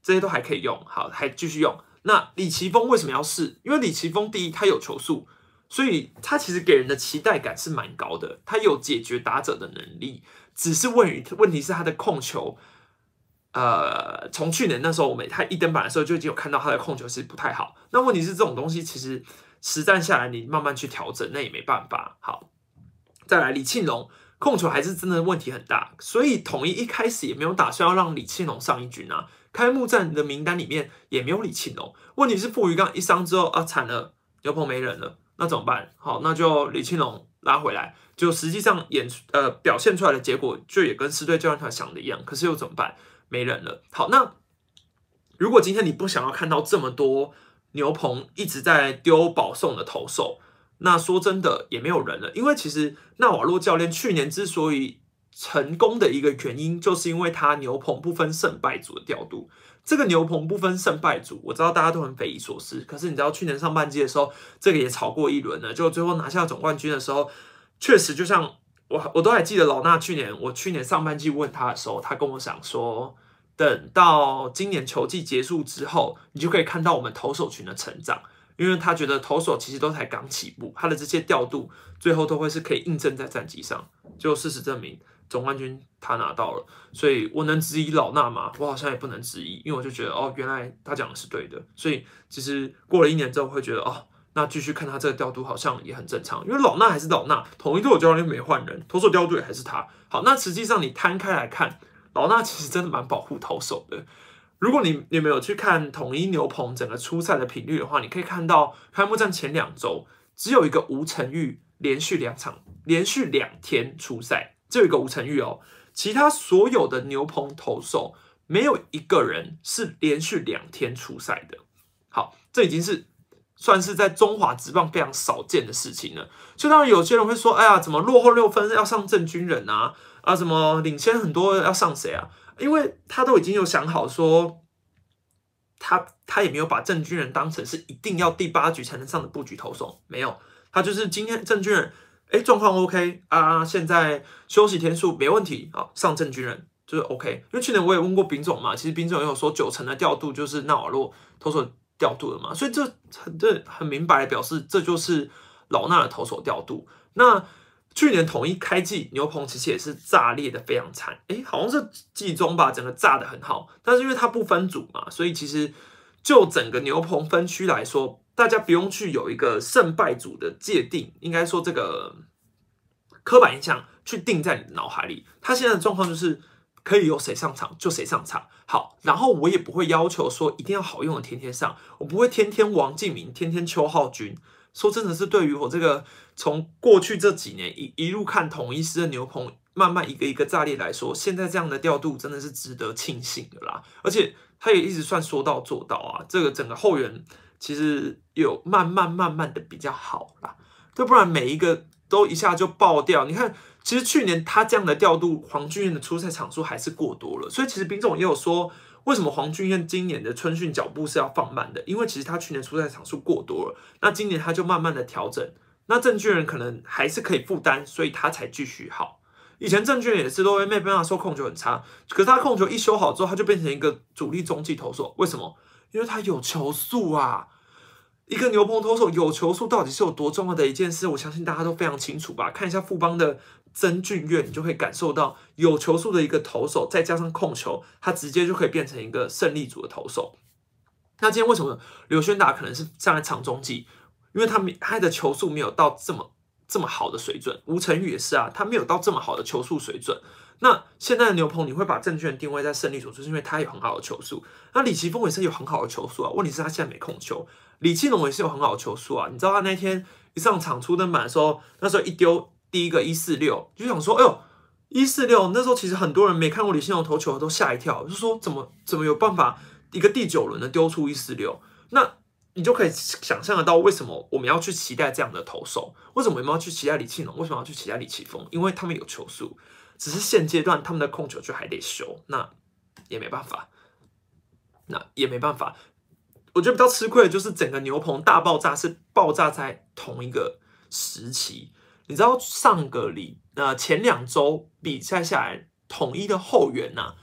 这些都还可以用，好，还继续用。那李奇峰为什么要试？因为李奇峰第一他有球速，所以他其实给人的期待感是蛮高的，他有解决打者的能力，只是问问题是他的控球。呃，从去年那时候我们他一登板的时候就已经有看到他的控球是不太好。那问题是这种东西其实实战下来你慢慢去调整，那也没办法。好，再来李庆龙控球还是真的问题很大，所以统一一开始也没有打算要让李庆龙上一军啊。开幕战的名单里面也没有李庆龙。问题是傅余刚一伤之后啊，惨了，牛棚没人了，那怎么办？好，那就李庆龙拉回来，就实际上演呃表现出来的结果就也跟狮队教练团想的一样，可是又怎么办？没人了。好，那如果今天你不想要看到这么多牛棚一直在丢保送的投手，那说真的也没有人了。因为其实纳瓦洛教练去年之所以成功的一个原因，就是因为他牛棚不分胜败组的调度。这个牛棚不分胜败组，我知道大家都很匪夷所思，可是你知道去年上半季的时候，这个也吵过一轮了，就最后拿下总冠军的时候，确实就像。我我都还记得老衲去年，我去年上半季问他的时候，他跟我讲说，等到今年球季结束之后，你就可以看到我们投手群的成长，因为他觉得投手其实都才刚起步，他的这些调度最后都会是可以印证在战绩上。就事实证明，总冠军他拿到了，所以我能质疑老衲吗？我好像也不能质疑，因为我就觉得哦，原来他讲的是对的，所以其实过了一年之后会觉得哦。那继续看他这个调度好像也很正常，因为老衲还是老衲，统一队教练没换人，投手调度也还是他。好，那实际上你摊开来看，老衲其实真的蛮保护投手的。如果你你没有去看统一牛棚整个出赛的频率的话，你可以看到开幕战前两周只有一个吴承玉连续两场连续两天出赛，只有一个吴承玉哦，其他所有的牛棚投手没有一个人是连续两天出赛的。好，这已经是。算是在中华职棒非常少见的事情了，所以当然有些人会说，哎呀，怎么落后六分要上郑军人啊？啊，怎么领先很多要上谁啊？因为他都已经有想好说，他他也没有把郑军人当成是一定要第八局才能上的布局投手，没有，他就是今天郑军人，哎，状况 OK 啊，现在休息天数没问题，好上郑军人就是 OK。因为去年我也问过丙总嘛，其实丙总也有说九成的调度就是纳瓦洛投手。调度了嘛，所以这很这很明白的表示，这就是老衲的投手调度。那去年统一开季牛棚其实也是炸裂的非常惨，哎，好像是季中吧，整个炸的很好，但是因为它不分组嘛，所以其实就整个牛棚分区来说，大家不用去有一个胜败组的界定，应该说这个刻板印象去定在你的脑海里。他现在的状况就是。可以由谁上场就谁上场，好，然后我也不会要求说一定要好用的天天上，我不会天天王敬明，天天邱浩军。说真的是对于我这个从过去这几年一一路看统一狮的牛棚，慢慢一个一个炸裂来说，现在这样的调度真的是值得庆幸的啦。而且他也一直算说到做到啊，这个整个后援其实有慢慢慢慢的比较好啦，要不然每一个都一下就爆掉，你看。其实去年他这样的调度，黄俊彦的出赛场数还是过多了，所以其实丙总也有说，为什么黄俊彦今年的春训脚步是要放慢的？因为其实他去年出赛场数过多了，那今年他就慢慢的调整。那郑俊仁可能还是可以负担，所以他才继续好。以前郑俊仁也是都没办法说控球很差，可是他控球一修好之后，他就变成一个主力中继投手。为什么？因为他有球速啊。一个牛棚投手有球速到底是有多重要的一件事，我相信大家都非常清楚吧。看一下富邦的曾俊岳，你就会感受到有球速的一个投手，再加上控球，他直接就可以变成一个胜利组的投手。那今天为什么刘轩达可能是上来场中继？因为他他的球速没有到这么这么好的水准。吴承宇也是啊，他没有到这么好的球速水准。那现在的牛棚，你会把郑俊定位在胜利组，就是因为他有很好的球速。那李奇峰也是有很好的球速啊，问题是他现在没控球。李庆龙也是有很好的球速啊，你知道他那天一上场初登板的时候，那时候一丢第一个一四六，就想说，哎呦一四六，那时候其实很多人没看过李庆龙投球都吓一跳，就说怎么怎么有办法一个第九轮的丢出一四六？那你就可以想象得到为什么我们要去期待这样的投手，为什么我们要去期待李庆龙，为什么要去期待李奇峰？因为他们有球速，只是现阶段他们的控球就还得修，那也没办法，那也没办法。我觉得比较吃亏的就是整个牛棚大爆炸是爆炸在同一个时期。你知道上个礼呃前两周比赛下来，统一的后援呐、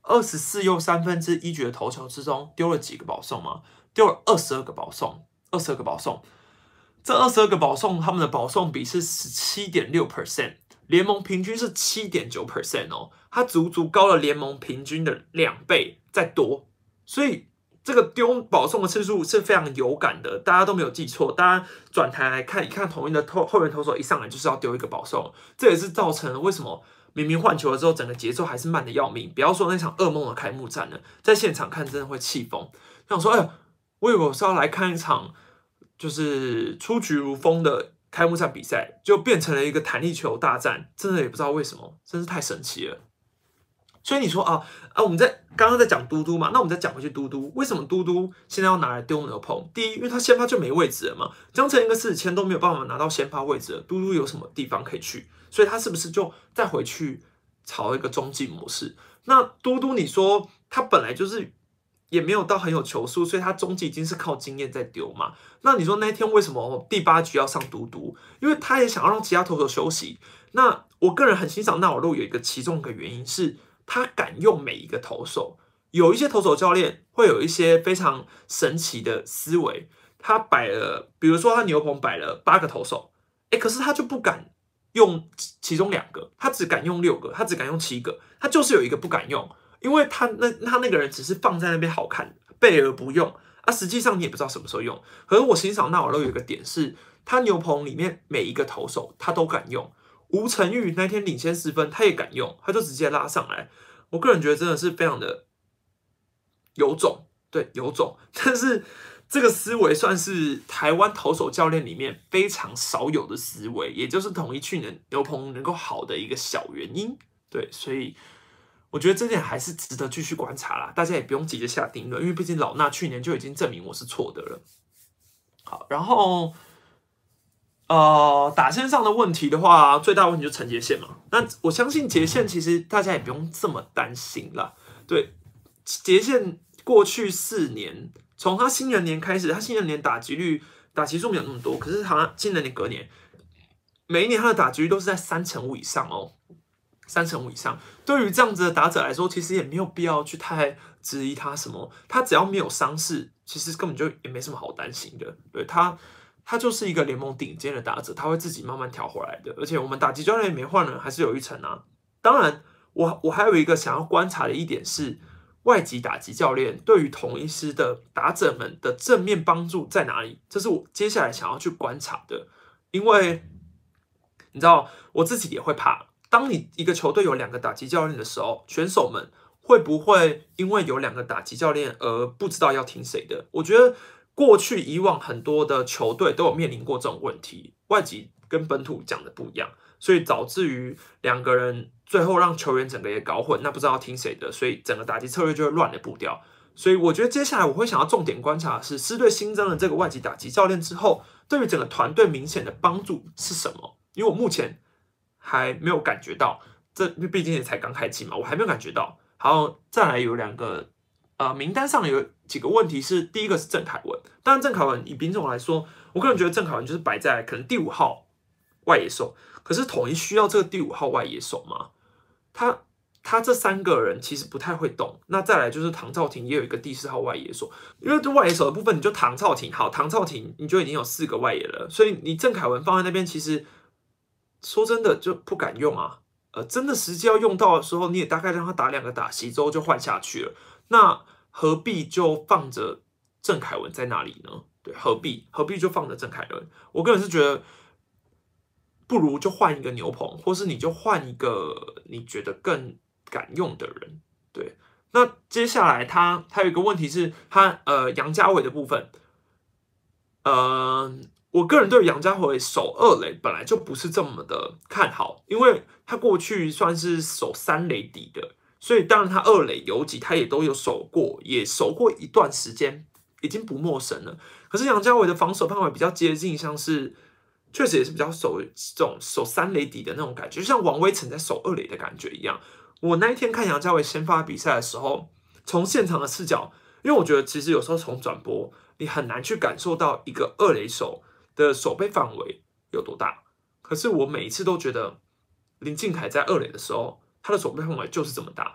二十四又三分之一局的投球之中丢了几个保送吗？丢了二十二个保送，二十二个保送。这二十二个保送，他们的保送比是 百分之十七点六， 联盟平均是 百分之七点九 哦，它足足高了联盟平均的两倍再多，所以这个丢保送的次数是非常有感的，大家都没有记错。大家转台来看一看，同一的投后援投手一上来就是要丢一个保送，这也是造成了为什么明明换球了之后，整个节奏还是慢的要命。不要说那场噩梦的开幕战了，在现场看真的会气疯。想说，哎、欸，我以为我是要来看一场就是出局如风的开幕战比赛，就变成了一个弹力球大战，真的也不知道为什么，真是太神奇了。所以你说啊啊，我们在刚刚在讲嘟嘟嘛，那我们再讲回去嘟嘟，为什么嘟嘟现在要拿来丢牛棚？第一，因为他先发就没位置了嘛，江承一跟施子谦都没有办法拿到先发位置了，嘟嘟有什么地方可以去？所以他是不是就再回去朝一个中继模式？那嘟嘟，你说他本来就是也没有到很有球速，所以他中继已经是靠经验在丢嘛？那你说那一天为什么第八局要上嘟嘟？因为他也想要让其他投手休息。那我个人很欣赏纳瓦洛，有一个其中一个原因是，他敢用每一个投手。有一些投手教练会有一些非常神奇的思维，他摆了，比如说他牛棚摆了八个投手，哎，可是他就不敢用其中两个，他只敢用六个，他只敢用七个，他就是有一个不敢用，因为他那他那个人只是放在那边好看，备而不用啊，实际上你也不知道什么时候用。可是我欣赏纳瓦洛有一个点是，他牛棚里面每一个投手他都敢用，吴承玉那天领先十分，他也敢用，他就直接拉上来。我个人觉得真的是非常的有种，对，有种，但是这个思维算是台湾投手教练里面非常少有的思维，也就是统一去年牛棚能够好的一个小原因。对，所以我觉得这点还是值得继续观察啦，大家也不用急着下定论，因为毕竟老衲去年就已经证明我是错的了。好，然后呃，打线上的问题的话，最大的问题就是陈杰宪嘛。那我相信杰宪其实大家也不用这么担心啦。对，杰宪过去四年，从他新人年开始，他新人年打击率、打击数没有那么多，可是他新人年隔年，每一年他的打击率都是在三成五以上哦，三成五以上。对于这样子的打者来说，其实也没有必要去太质疑他什么，他只要没有伤势，其实根本就也没什么好担心的。对他。他就是一个联盟顶尖的打者，他会自己慢慢调回来的。而且我们打击教练也没换人，还是有一层啊。当然，我我还有一个想要观察的一点是，外籍打击教练对于同一师的打者们的正面帮助在哪里？这是我接下来想要去观察的。因为你知道，我自己也会怕，当你一个球队有两个打击教练的时候，选手们会不会因为有两个打击教练而不知道要听谁的？我觉得。过去以往很多的球队都有面临过这种问题，外籍跟本土讲的不一样，所以导致于两个人最后让球员整个也搞混，那不知道听谁的，所以整个打击策略就会乱了步调。所以我觉得接下来我会想要重点观察的是，狮队新增了这个外籍打击教练之后，对于整个团队明显的帮助是什么？因为我目前还没有感觉到，这毕竟也才刚开季嘛，我还没有感觉到。好，再来有两个。呃，名单上有几个问题是，第一个是郑凯文，当然郑凯文以丙总来说，我个人觉得郑凯文就是摆在可能第五号外野手，可是统一需要这个第五号外野手吗？他他这三个人其实不太会动，那再来就是唐兆廷也有一个第四号外野手，因为这外野手的部分你就唐兆廷好，唐兆廷你就已经有四个外野了，所以你郑凯文放在那边，其实说真的就不敢用啊，呃，真的实际要用到的时候，你也大概让他打两个打席之后就换下去了。那何必就放着郑凯文在那里呢？对，何必何必就放着郑凯文？我个人是觉得，不如就换一个牛棚，或是你就换一个你觉得更敢用的人。对，那接下来他还有一个问题是他呃杨家伟的部分，呃，我个人对杨家伟守二垒本来就不是这么的看好，因为他过去算是守三垒底的。所以当然他二垒游击他也都有守过，也守过一段时间，已经不陌生了。可是杨家伟的防守范围比较接近，像是确实也是比较守这种守三垒底的那种感觉，就像王威成在守二垒的感觉一样。我那一天看杨家伟先发比赛的时候，从现场的视角，因为我觉得其实有时候从转播你很难去感受到一个二垒手的守备范围有多大。可是我每一次都觉得林靖凯在二垒的时候，他的守备范围就是这么大，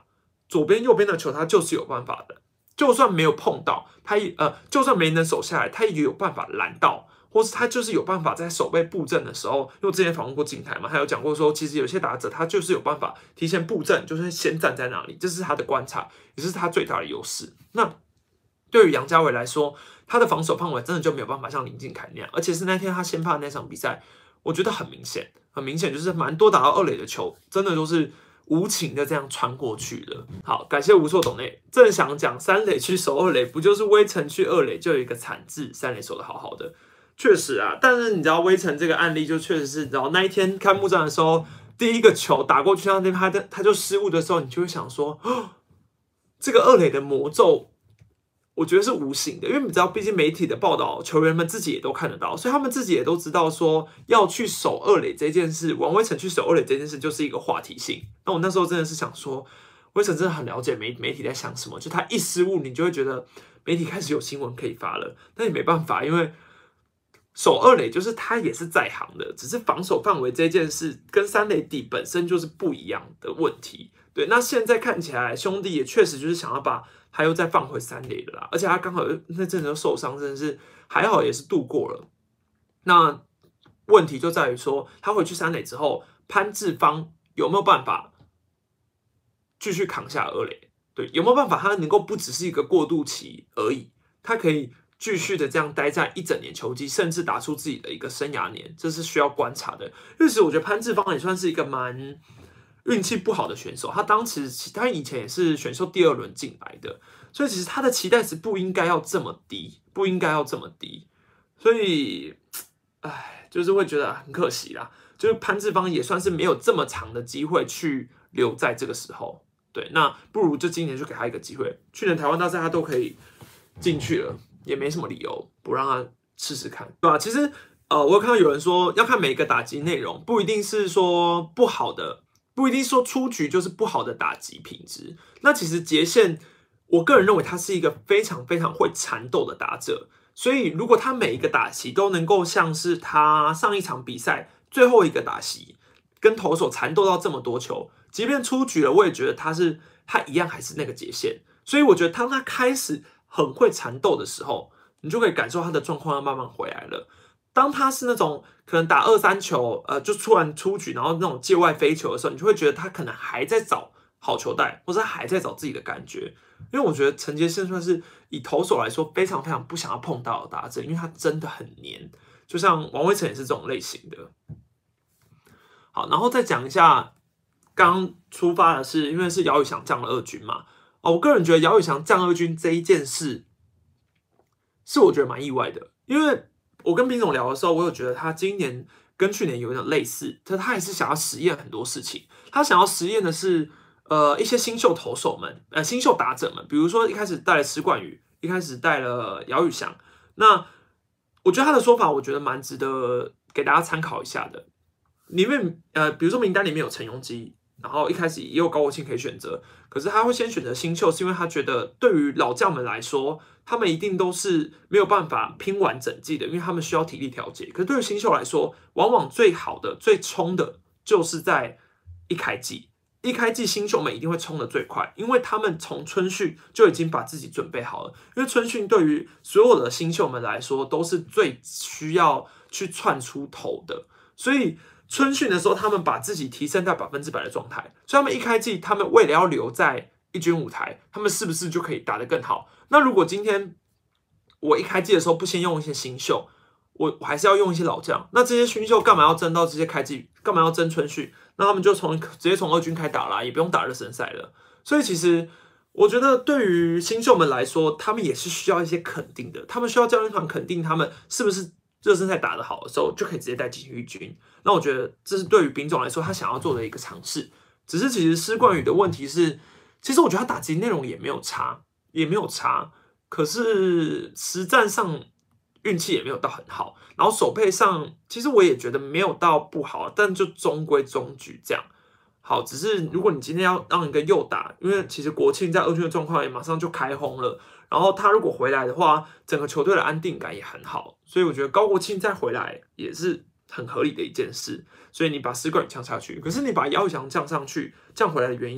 左边右边的球他就是有办法的，就算没有碰到他呃，就算没能守下来，他也有办法拦到。或是他就是有办法在守备布阵的时候，因为我之前访问过景台嘛，他有讲过说，其实有些打者他就是有办法提前布阵，就是先站在那里，这是他的观察，也是他最大的优势。那对于杨家伟来说，他的防守范围真的就没有办法像林敬凯那样，而且是那天他先发的那场比赛，我觉得很明显，很明显就是蛮多打到二垒的球，真的都是无情的这样穿过去的。好，感谢无错懂内，正想讲三垒去守二垒，不就是威城去二垒就有一个惨字，三垒守得好好的。确实啊，但是你知道威城这个案例就确实是，你知道那一天开幕战的时候，第一个球打过去，他那他的他就失误的时候，你就会想说，哦，这个二垒的魔咒，我觉得是无形的，因为你知道，毕竟媒体的报道，球员们自己也都看得到，所以他们自己也都知道说要去守二垒这件事，王威成去守二垒这件事就是一个话题性。那我那时候真的是想说，威成真的很了解媒媒体在想什么，就他一失误，你就会觉得媒体开始有新闻可以发了，但也没办法，因为守二垒就是他也是在行的，只是防守范围这件事跟三垒底本身就是不一样的问题。对，那现在看起来兄弟也确实就是想要把他又再放回三垒的啦，而且他刚好那阵子受伤，真的是还好也是度过了。那问题就在于说，他回去三垒之后，潘志芳有没有办法继续扛下二垒？对，有没有办法他能够不只是一个过渡期而已，他可以继续的这样待在一整年球季，甚至打出自己的一个生涯年，这是需要观察的。因为其实我觉得潘志芳也算是一个蛮运气不好的选手，他当时他以前也是选秀第二轮进来的，所以其实他的期待值不应该要这么低，不应该要这么低，所以，唉，就是会觉得很可惜啦。就是潘志芳也算是没有这么长的机会去留在这个时候，对，那不如就今年就给他一个机会。去年台湾大赛他都可以进去了，也没什么理由不让他试试看，对吧？其实，呃，我有看到有人说要看每一个打击内容，不一定是说不好的。不一定说出局就是不好的打击品质。那其实杰宪，我个人认为他是一个非常非常会缠斗的打者，所以如果他每一个打席都能够像是他上一场比赛最后一个打席跟投手缠斗到这么多球，即便出局了，我也觉得他是他一样还是那个杰宪。所以我觉得当他开始很会缠斗的时候，你就可以感受他的状况要慢慢回来了。当他是那种可能打二三球，呃，就突然出局，然后那种界外飞球的时候，你就会觉得他可能还在找好球带，或者还在找自己的感觉。因为我觉得陈杰宪算是以投手来说非常非常不想要碰到的打者，因为他真的很黏，就像王威成也是这种类型的。好，然后再讲一下，刚出发的是因为是姚宇翔降了二军嘛，哦，我个人觉得姚宇翔降二军这一件事，是我觉得蛮意外的，因为我跟丙总聊的时候，我有觉得他今年跟去年有点类似，他他也是想要实验很多事情。他想要实验的是，呃，一些新秀投手们，呃，新秀打者们，比如说一开始带了施冠宇，一开始带了姚宇翔。那我觉得他的说法，我觉得蛮值得给大家参考一下的。里面，呃，比如说名单里面有陈鏞基，然后一开始也有高国庆可以选择，可是他会先选择新秀，是因为他觉得对于老将们来说，他们一定都是没有办法拼完整季的，因为他们需要体力调节。可是对于新秀来说，往往最好的、最冲的，就是在一开季。一开季新秀们一定会冲得最快，因为他们从春训就已经把自己准备好了。因为春训对于所有的新秀们来说，都是最需要去窜出头的，所以春训的时候，他们把自己提升到百分之百的状态，所以他们一开季，他们为了要留在一军舞台，他们是不是就可以打得更好？那如果今天我一开季的时候不先用一些新秀，我我还是要用一些老将，那这些新秀干嘛要争到这些开季？干嘛要争春训？那他们就从直接从二军开打啦，也不用打热身赛了。所以其实我觉得对于新秀们来说，他们也是需要一些肯定的，他们需要教练团肯定他们是不是热身赛打得好的时候，就可以直接带进一军。那我觉得这是对于丙总来说，他想要做的一个尝试。只是其实施冠宇的问题是，其实我觉得他打击内容也没有差，也没有差，可是实战上运气也没有到很好，然后手背上其实我也觉得没有到不好，但就中规中矩这样。好，只是如果你今天要让一个右打，因为其实国庆在二军的状况也马上就开轰了，然后他如果回来的话，整个球队的安定感也很好，所以我觉得高国庆再回来也是很合理的一件事。所以你把施冠宇降下去，可是你把姚宇翔降上去，降回来的原因，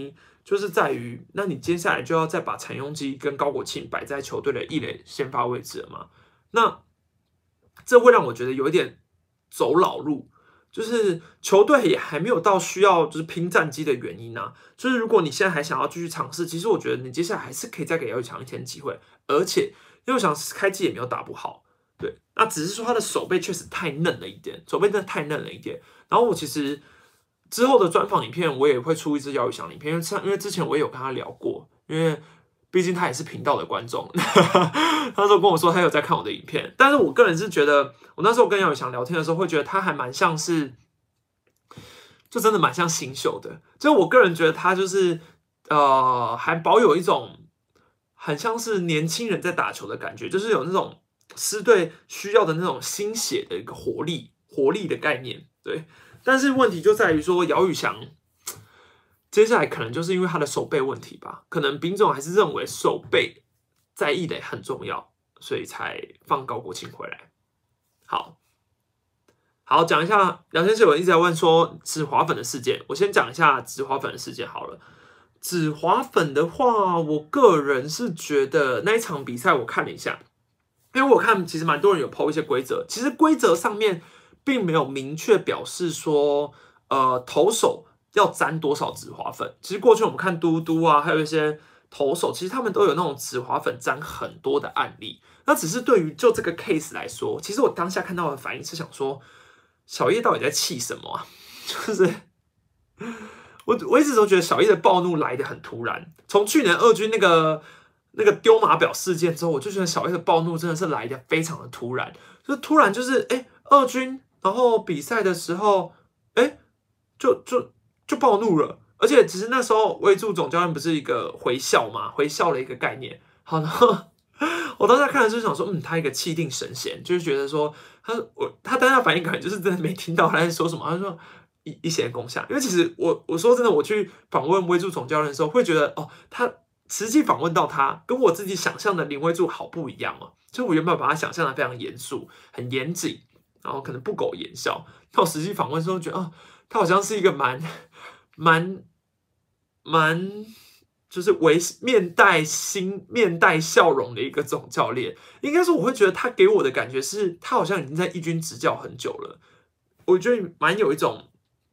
就是在于，那你接下来就要再把陈庸基跟高国庆摆在球队的一垒先发位置了嘛？那这会让我觉得有一点走老路，就是球队也还没有到需要就是拼战绩的原因啊。就是如果你现在还想要继续尝试，其实我觉得你接下来还是可以再给姚宇翔一天机会，而且姚宇翔开季也没有打不好，对，那只是说他的手背确实太嫩了一点，手背真的太嫩了一点。然后我其实。之后的专访影片，我也会出一支姚宇翔影片，因为因为之前我也有跟他聊过，因为毕竟他也是频道的观众，他那时候跟我说他有在看我的影片，但是我个人是觉得，我那时候跟姚宇翔聊天的时候，会觉得他还蛮像是，就真的蛮像新秀的，就我个人觉得他就是呃，还保有一种很像是年轻人在打球的感觉，就是有那种狮队需要的那种新血的一个活力、活力的概念，对。但是问题就在于说，姚宇翔接下来可能就是因为他的手背问题吧，可能丙总还是认为手背在一垒很重要，所以才放高国庆回来。好，好讲一下，聊天室有人一直在问说止滑粉的事件，我先讲一下止滑粉的事件好了。止滑粉的话，我个人是觉得那一场比赛我看了一下，因为我看其实蛮多人有 po 一些规则，其实规则上面。并没有明确表示说，呃，投手要沾多少止滑粉。其实过去我们看嘟嘟啊，还有一些投手，其实他们都有那种止滑粉沾很多的案例。那只是对于就这个 case 来说，其实我当下看到的反应是想说，小叶到底在气什么啊？就是我我一直都觉得小叶的暴怒来得很突然。从去年二军那个那个丢马表事件之后，我就觉得小叶的暴怒真的是来得非常的突然，就是突然就是哎、欸、二军。然后比赛的时候，哎，就就就暴怒了，而且其实那时候威助总教练不是一个回笑嘛，回笑的一个概念。好，然后我当时看的就是想说，嗯，他一个气定神闲，就是觉得说他我他当下反应可能就是真的没听到他在说什么，他说一一弦共下。因为其实我我说真的，我去访问威助总教练的时候，会觉得哦，他实际访问到他跟我自己想象的林威助好不一样哦，就我原本把他想象的非常严肃、很严谨。然后可能不苟言笑，到实际访问的时候觉得，哦，他好像是一个蛮、蛮、蛮，就是微面带心、面带笑容的一个总教练。应该说，我会觉得他给我的感觉是，他好像已经在一军执教很久了。我觉得蛮有一种，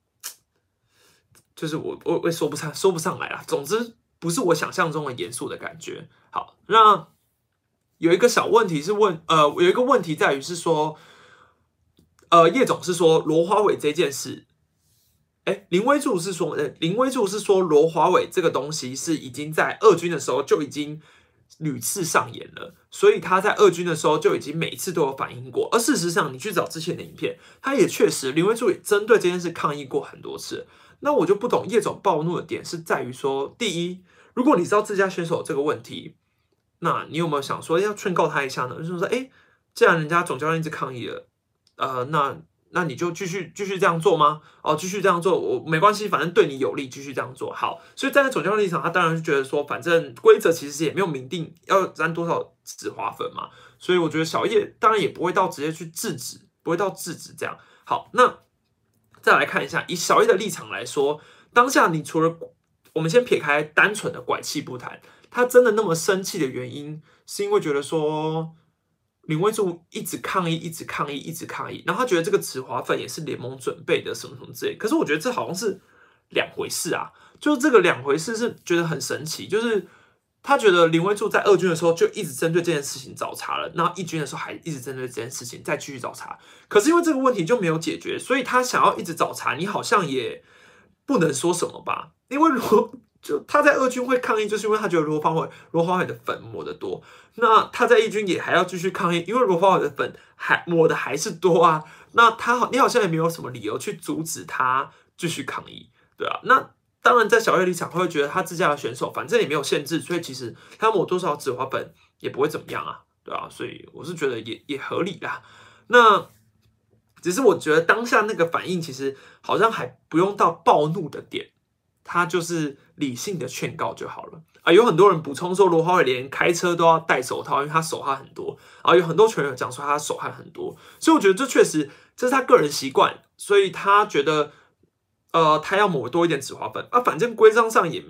就是我我我说不上说不上来啊。总之，不是我想象中的严肃的感觉。好，那有一个小问题是问，呃，有一个问题在于是说。呃，叶总是说罗华伟这件事，哎，林威助是说，呃，林威助是说罗华伟这个东西是已经在二军的时候就已经屡次上演了，所以他在二军的时候就已经每次都有反映过。而事实上，你去找之前的影片，他也确实林威助也针对这件事抗议过很多次。那我就不懂叶总暴怒的点是在于说，第一，如果你知道自家选手这个问题，那你有没有想说要劝告他一下呢？就是说，哎，既然人家总教练一直抗议了。呃，那那你就继续继续这样做吗？哦，继续这样做，我没关系，反正对你有利，继续这样做。好，所以站在总教练立场，他当然是觉得说，反正规则其实也没有明定要沾多少止滑粉嘛，所以我觉得小叶当然也不会到直接去制止，不会到制止这样。好，那再来看一下，以小叶的立场来说，当下你除了我们先撇开单纯的拐气不谈，他真的那么生气的原因，是因为觉得说。林威助一直抗议，一直抗议，一直抗议，然后他觉得这个止滑粉也是联盟准备的，什么什么之类。可是我觉得这好像是两回事啊，就是这个两回事是觉得很神奇，就是他觉得林威助在二军的时候就一直针对这件事情找茬了，然后一军的时候还一直针对这件事情再继续找茬。可是因为这个问题就没有解决，所以他想要一直找茬，你好像也不能说什么吧？因为如果就他在二军会抗议，就是因为他觉得罗华伟罗华伟的粉抹的多。那他在一军也还要继续抗议，因为罗华伟的粉还抹的还是多啊。那他好，你好像也没有什么理由去阻止他继续抗议，对啊。那当然，在小叶立场，他会觉得他自家的选手反正也没有限制，所以其实他抹多少止滑粉也不会怎么样啊，对啊。所以我是觉得也也合理啦。那只是我觉得当下那个反应，其实好像还不用到暴怒的点。他就是理性的劝告就好了啊！有很多人补充说，罗华伟连开车都要戴手套，因为他手汗很多啊。有很多球员讲说他手汗很多，所以我觉得这确实这是他个人习惯，所以他觉得呃他要抹多一点止滑粉啊。反正规章上也没有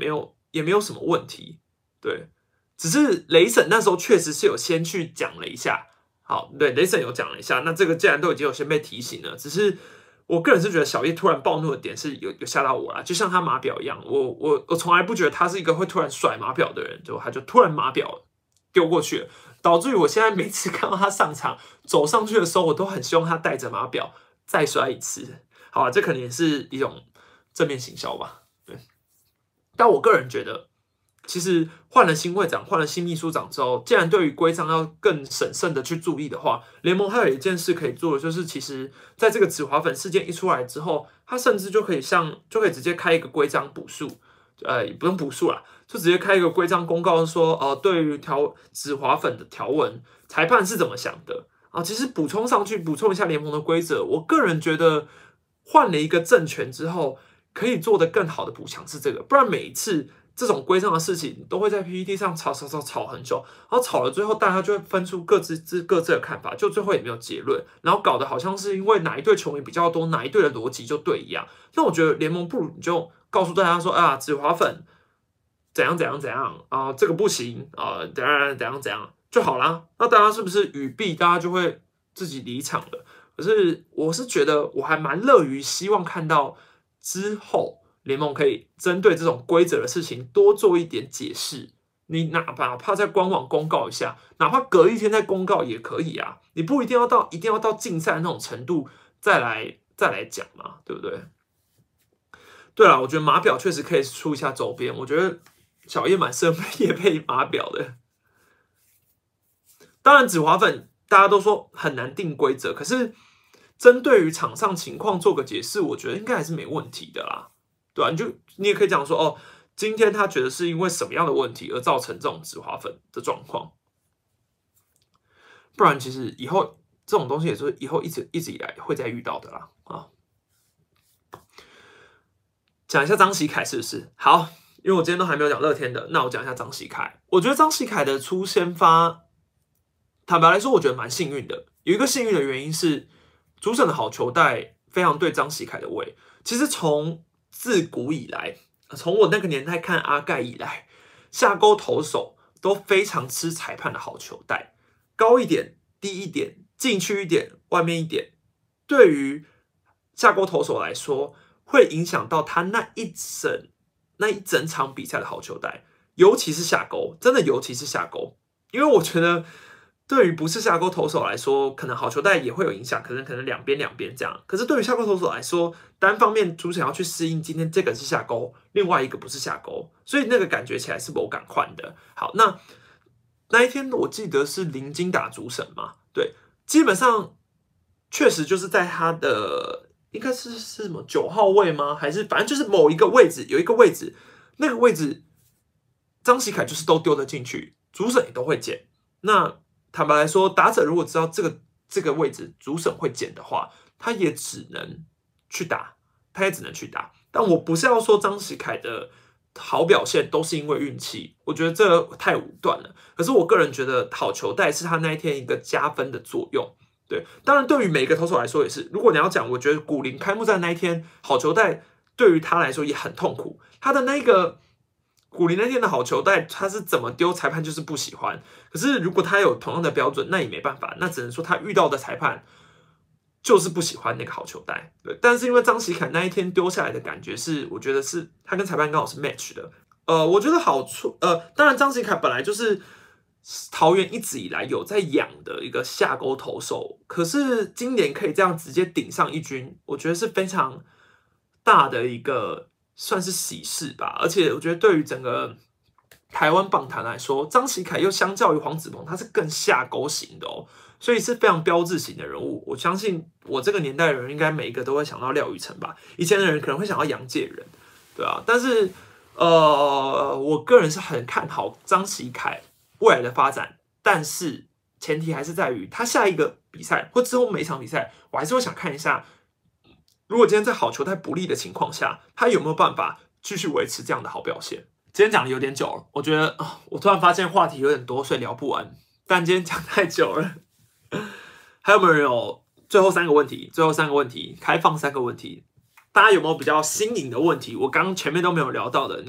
也没有什么问题，对。只是雷神那时候确实是有先去讲了一下，好，对，雷神有讲了一下，那这个既然都已经有先被提醒了，只是我个人是觉得小叶突然暴怒的点是有有吓到我啦，就像他码表一样，我我我从来不觉得他是一个会突然甩码表的人，就他就突然码表丢过去了，导致于我现在每次看到他上场走上去的时候，我都很希望他带着码表再摔一次。好啊，这可能也是一种正面行销吧，对。但我个人觉得，其实换了新会长，换了新秘书长之后，既然对于规章要更审慎的去注意的话，联盟还有一件事可以做的，就是其实在这个紫华粉事件一出来之后，他甚至就可以像就可以直接开一个规章补述，呃，也不用补述啦，就直接开一个规章公告说，呃，对于条紫华粉的条文，裁判是怎么想的啊？其实补充上去，补充一下联盟的规则，我个人觉得换了一个政权之后，可以做得更好的补强是这个，不然每一次这种规章的事情都会在 P P T 上吵吵吵吵很久，然后吵了最后大家就会分出各自自各自的看法，就最后也没有结论，然后搞得好像是因为哪一队球迷比较多，哪一队的逻辑就对一样。那我觉得联盟不如你就告诉大家说啊，紫华粉怎样怎样怎样啊、呃，这个不行啊、呃，怎样怎样怎样就好啦。那大家是不是语毕，大家就会自己离场了？可是我是觉得我还蛮乐于希望看到之后。联盟可以针对这种规则的事情多做一点解释，你哪怕怕在官网公告一下，哪怕隔一天再公告也可以啊。你不一定要到一定要到竞赛那种程度再来再来讲嘛，对不对？对了，我觉得码表确实可以出一下周边，我觉得小叶蛮适合业配码表的。当然，紫华粉大家都说很难定规则，可是针对于场上情况做个解释，我觉得应该还是没问题的啦。对啊，你就你也可以讲说哦，今天他觉得是因为什么样的问题而造成这种紫华粉的状况，不然其实以后这种东西也是以后一直一直以来会再遇到的啦啊。讲一下张喜凯是不是好？因为我今天都还没有讲乐天的，那我讲一下张喜凯。我觉得张喜凯的出先发，坦白来说，我觉得蛮幸运的。有一个幸运的原因是，主审的好球带非常对张喜凯的胃。其实从自古以来，从我那个年代看阿盖以来，下钩投手都非常吃裁判的好球带，高一点、低一点、进去一点、外面一点，对于下钩投手来说，会影响到他那一整那一整场比赛的好球带，尤其是下钩，真的尤其是下钩，因为我觉得。对于不是下钩投手来说，可能好球带也会有影响，可能可能两边两边这样。可是对于下钩投手来说，单方面主审要去适应今天这个是下钩，另外一个不是下钩，所以那个感觉起来是某感换的。好，那那一天我记得是林金打主审嘛，对，基本上确实就是在他的应该是是什么九号位吗？还是反正就是某一个位置有一个位置，那个位置张喜凯就是都丢得进去，主审也都会捡。那坦白来说，打者如果知道这个这个位置主审会捡的话，他也只能去打，他也只能去打。但我不是要说张喜凯的好表现都是因为运气，我觉得这太武断了。可是我个人觉得好球带是他那一天一个加分的作用。对，当然对于每个投手来说也是。如果你要讲，我觉得古林开幕战那一天好球带对于他来说也很痛苦，他的那个。古林那天的好球带，他是怎么丢，裁判就是不喜欢。可是如果他有同样的标准，那也没办法，那只能说他遇到的裁判就是不喜欢那个好球带。对，但是因为张喜凯那一天丢下来的感觉是，我觉得是他跟裁判刚好是 match 的。呃，我觉得好处，呃，当然张喜凯本来就是桃园一直以来有在养的一个下钩投手，可是今年可以这样直接顶上一军，我觉得是非常大的一个。算是喜事吧，而且我觉得对于整个台湾棒坛来说，张喜凯又相较于黄子鹏，他是更下钩型的哦，所以是非常标志型的人物。我相信我这个年代的人，应该每一个都会想到廖宇成吧，以前的人可能会想到杨介仁，对啊，但是呃，我个人是很看好张喜凯未来的发展，但是前提还是在于他下一个比赛或之后每一场比赛，我还是会想看一下。如果今天在好球带不利的情况下，他有没有办法继续维持这样的好表现？今天讲的有点久了，我觉得啊，我突然发现话题有点多，所以聊不完。但今天讲太久了，还有没有人有最后三个问题？最后三个问题，开放三个问题，大家有没有比较新颖的问题？我刚刚前面都没有聊到的那个，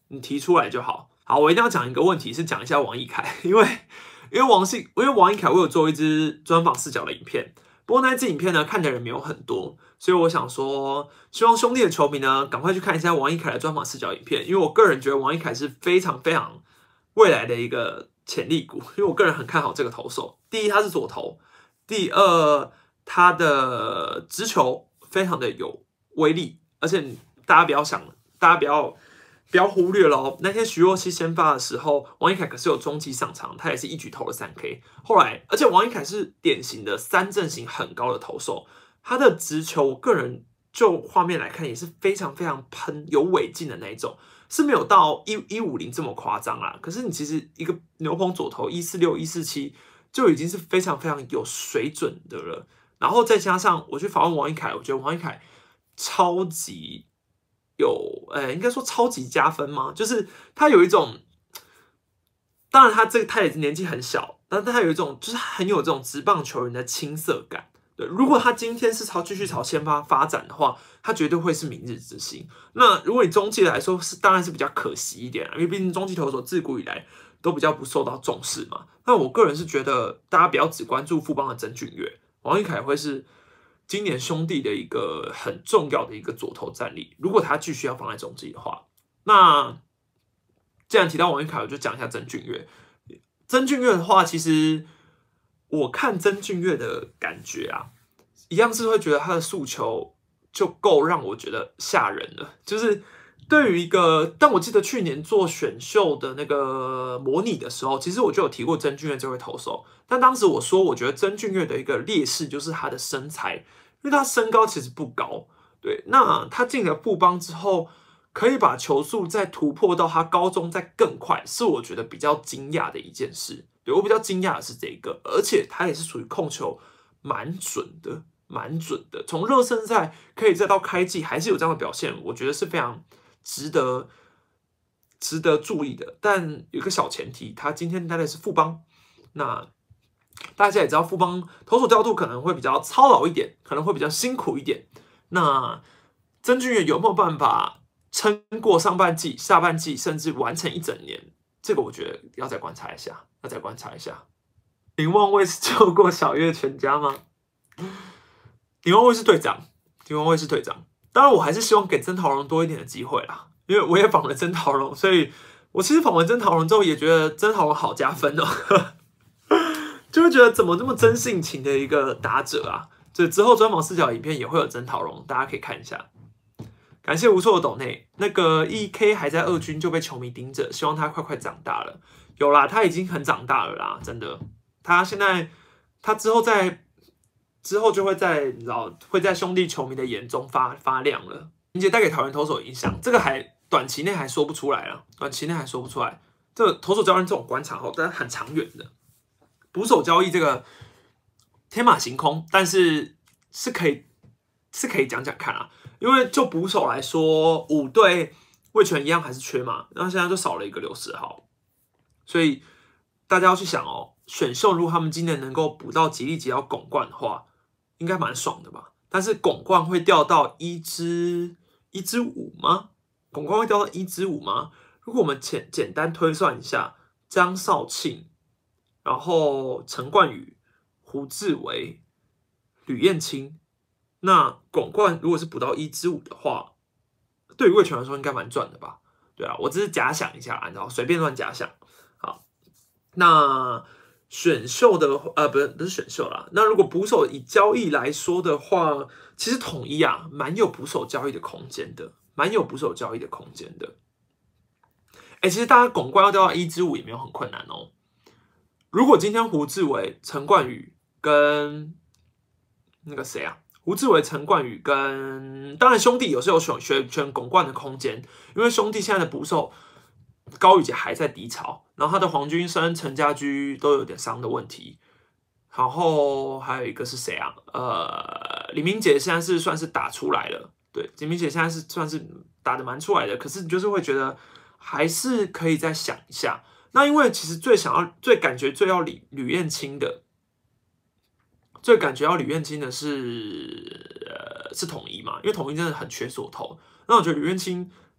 你提出来就好。好，我一定要讲一个问题，是讲一下王一凯，因为因为王信，因为王一凯，我有做一支专访视角的影片，不过那支影片呢看的人没有很多，所以我想说，希望兄弟的球迷呢赶快去看一下王一凯的专访视角影片，因为我个人觉得王一凯是非常非常未来的一个潜力股，因为我个人很看好这个投手。第一，他是左投；第二，他的直球非常的有威力，而且大家不要想，大家不要。不要忽略了哦，那天徐若曦先发的时候，王一凯可是有中继上场，他也是一举投了三 K。后来，而且王一凯是典型的三振型很高的投手，他的直球，我个人就画面来看也是非常非常喷有尾劲的那一种，是没有到一一五零这么夸张啦。可是你其实一个牛棚左投一四六一四七就已经是非常非常有水准的了。然后再加上我去访问王一凯，我觉得王一凯超级。有，呃，应该说超级加分吗？就是他有一种，当然他这个他也是年纪很小，但他有一种就是很有这种职棒球员的青涩感。对，如果他今天是朝继续朝先发发展的话，他绝对会是明日之星。那如果你中继来说是，当然是比较可惜一点，因为毕竟中继投手自古以来都比较不受到重视嘛。那我个人是觉得，大家不要只关注富邦的曾峻岳，王一凯会是。今年兄弟的一个很重要的一个左投战力，如果他继续要放在中继的话，那既然提到王一凯，我就讲一下曾峻岳。曾峻岳的话，其实我看曾峻岳的感觉啊，一样是会觉得他的速球就够让我觉得吓人了。就是对于一个，但我记得去年做选秀的那个模拟的时候，其实我就有提过曾峻岳这位投手，但当时我说，我觉得曾峻岳的一个劣势就是他的身材。因为他身高其实不高，对，那他进了富邦之后，可以把球速再突破到他高中再更快，是我觉得比较惊讶的一件事。对，我比较惊讶的是这个，而且他也是属于控球蛮准的，蛮准的。从热身赛可以再到开季，还是有这样的表现，我觉得是非常值得值得注意的。但有一个小前提，他今天待的是富邦，那。大家也知道，富邦投手调度可能会比较操劳一点，可能会比较辛苦一点。那曾峻岳有没有办法撑过上半季、下半季，甚至完成一整年？这个我觉得要再观察一下，要再观察一下。林望卫是救过小岳全家吗？林望卫是队长，林望卫是队长。当然，我还是希望给曾陶锹多一点的机会啦，因为我也访了曾陶锹，所以我其实访完曾陶锹之后，也觉得曾陶锹好加分哦。就会觉得怎么这么真性情的一个打者啊！这之后专访视角影片也会有曾陶锹，大家可以看一下。感谢无错的斗内，那个 E K 还在二军就被球迷盯着，希望他快快长大了。有啦，他已经很长大了啦，真的。他现在他之后在之后就会在老会在兄弟球迷的眼中发发亮了。林杰带给桃园投手影响，这个还短期内还说不出来了，短期内还说不出来。这个投手交易这种观察后，但是很长远的。捕手交易这个天马行空，但是是可以是可以讲讲看啊。因为就捕手来说，五队味全一样还是缺嘛，然后现在就少了一个刘时豪，所以大家要去想哦，选秀如果他们今年能够补到吉利吉要拱冠的话，应该蛮爽的吧？但是拱冠会掉到一支一支五吗？拱冠会掉到一支五吗？如果我们简简单推算一下，张少庆。然后陈冠宇、胡志伟、吕彦青，那拱冠如果是补到一支五的话，对于味全来说应该蛮赚的吧？对啊，我只是假想一下，然后随便乱假想。好，那选秀的呃，不是不是选秀啦。那如果捕手以交易来说的话，其实统一啊，蛮有捕手交易的空间的，蛮有捕手交易的空间的。哎，其实大家拱冠要掉到一支五也没有很困难哦。如果今天胡志伟、陈冠宇跟那个谁啊，胡志伟、陈冠宇跟当然兄弟有时候有选选选拱冠的空间，因为兄弟现在的捕手高宇杰还在低潮，然后他的黄君生、陈家驹都有点伤的问题，然后还有一个是谁啊？呃，李明杰现在是算是打出来了，对，李明杰现在是算是打得蛮出来的，可是你就是会觉得还是可以再想一下。那因为其实最想要、最感觉最要吕吕彦青的，最感觉要吕彦青的是呃是统一嘛，因为统一真的很缺左投。那我觉得吕彦青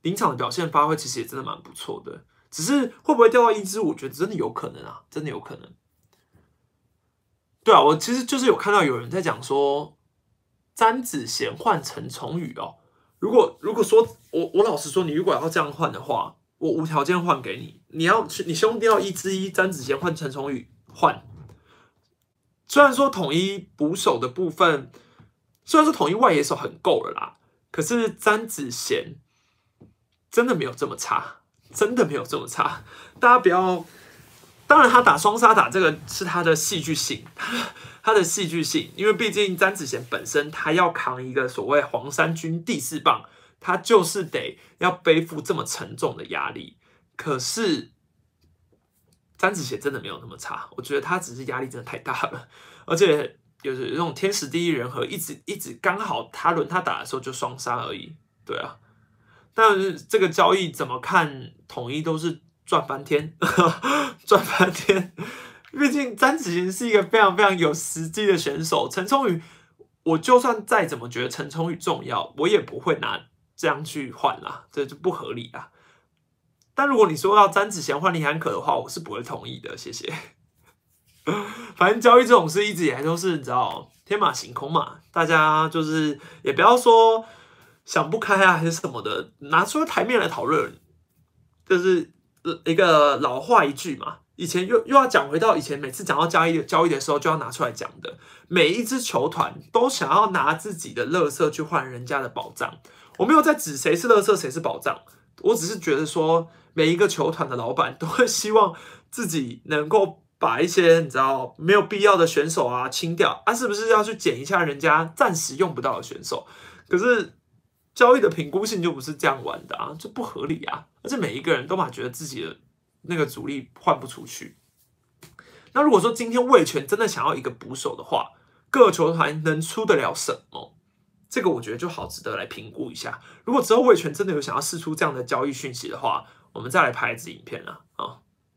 临场的表现发挥其实也真的蛮不错的。只是会不会掉到一支，我觉得真的有可能啊，真的有可能。对啊，我其实就是有看到有人在讲说，詹子贤换陈崇宇哦。如果如果说我我老实说，你如果要这样换的话，我无条件换给你。你要你兄弟要一支一，詹子贤换陈崇宇换。虽然说统一捕手的部分，虽然说统一外野手很够了啦，可是詹子贤真的没有这么差，真的没有这么差。大家不要。当然，他打双杀打这个是他的戏剧性，他的戏剧性，因为毕竟詹子贤本身他要扛一个所谓黄衫军第四棒，他就是得要背负这么沉重的压力。可是詹子贤真的没有那么差，我觉得他只是压力真的太大了，而且有这种天时地利人和，一直一直刚好他轮他打的时候就双杀而已，对啊。但是这个交易怎么看，统一都是赚翻天，赚翻天。毕竟詹子贤是一个非常非常有实际的选手，陈崇宇，我就算再怎么觉得陈崇宇重要，我也不会拿这样去换啦，这就不合理啦。但如果你说要詹子贤换林涵可的话，我是不会同意的，谢谢。反正交易这种事一直以来都是你知道天马行空嘛，大家就是也不要说想不开啊还是什么的，拿出台面来讨论，就是一个老话一句嘛。以前又又要讲回到以前，每次讲到交易交易的时候，就要拿出来讲的。每一支球团都想要拿自己的垃圾去换人家的宝藏。我没有在指谁是垃圾，谁是宝藏，我只是觉得说，每一个球团的老板都会希望自己能够把一些你知道没有必要的选手啊清掉啊，是不是要去捡一下人家暂时用不到的选手？可是交易的评估性就不是这样玩的啊，这不合理啊！而且每一个人都嘛觉得自己的那个主力换不出去。那如果说今天味全真的想要一个捕手的话，各球团能出得了什么？这个我觉得就好值得来评估一下。如果之后味全真的有想要释出这样的交易讯息的话，我们再来拍一支影片啊！啊，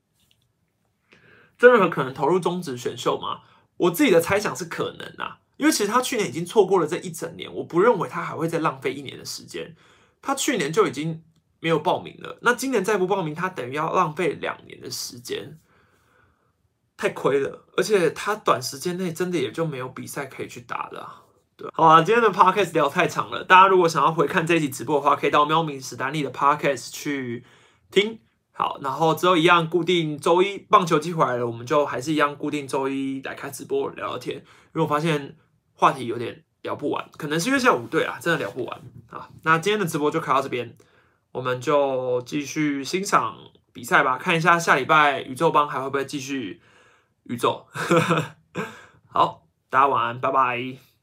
真的可能投入中职选秀吗？我自己的猜想是可能啊，因为其实他去年已经错过了这一整年，我不认为他还会再浪费一年的时间。他去年就已经没有报名了，那今年再不报名，他等于要浪费两年的时间，太亏了。而且他短时间内真的也就没有比赛可以去打了、啊。对，好啊，今天的 podcast 聊太长了，大家如果想要回看这一集直播的话，可以到喵咪史丹利的 podcast 去听。好，然后之后一样固定周一棒球季回来了，我们就还是一样固定周一来开直播聊聊天，因为我发现话题有点聊不完，可能是因为下午对啊，真的聊不完啊。那今天的直播就开到这边，我们就继续欣赏比赛吧，看一下下礼拜宇宙帮还会不会继续宇宙。好，大家晚安，拜拜。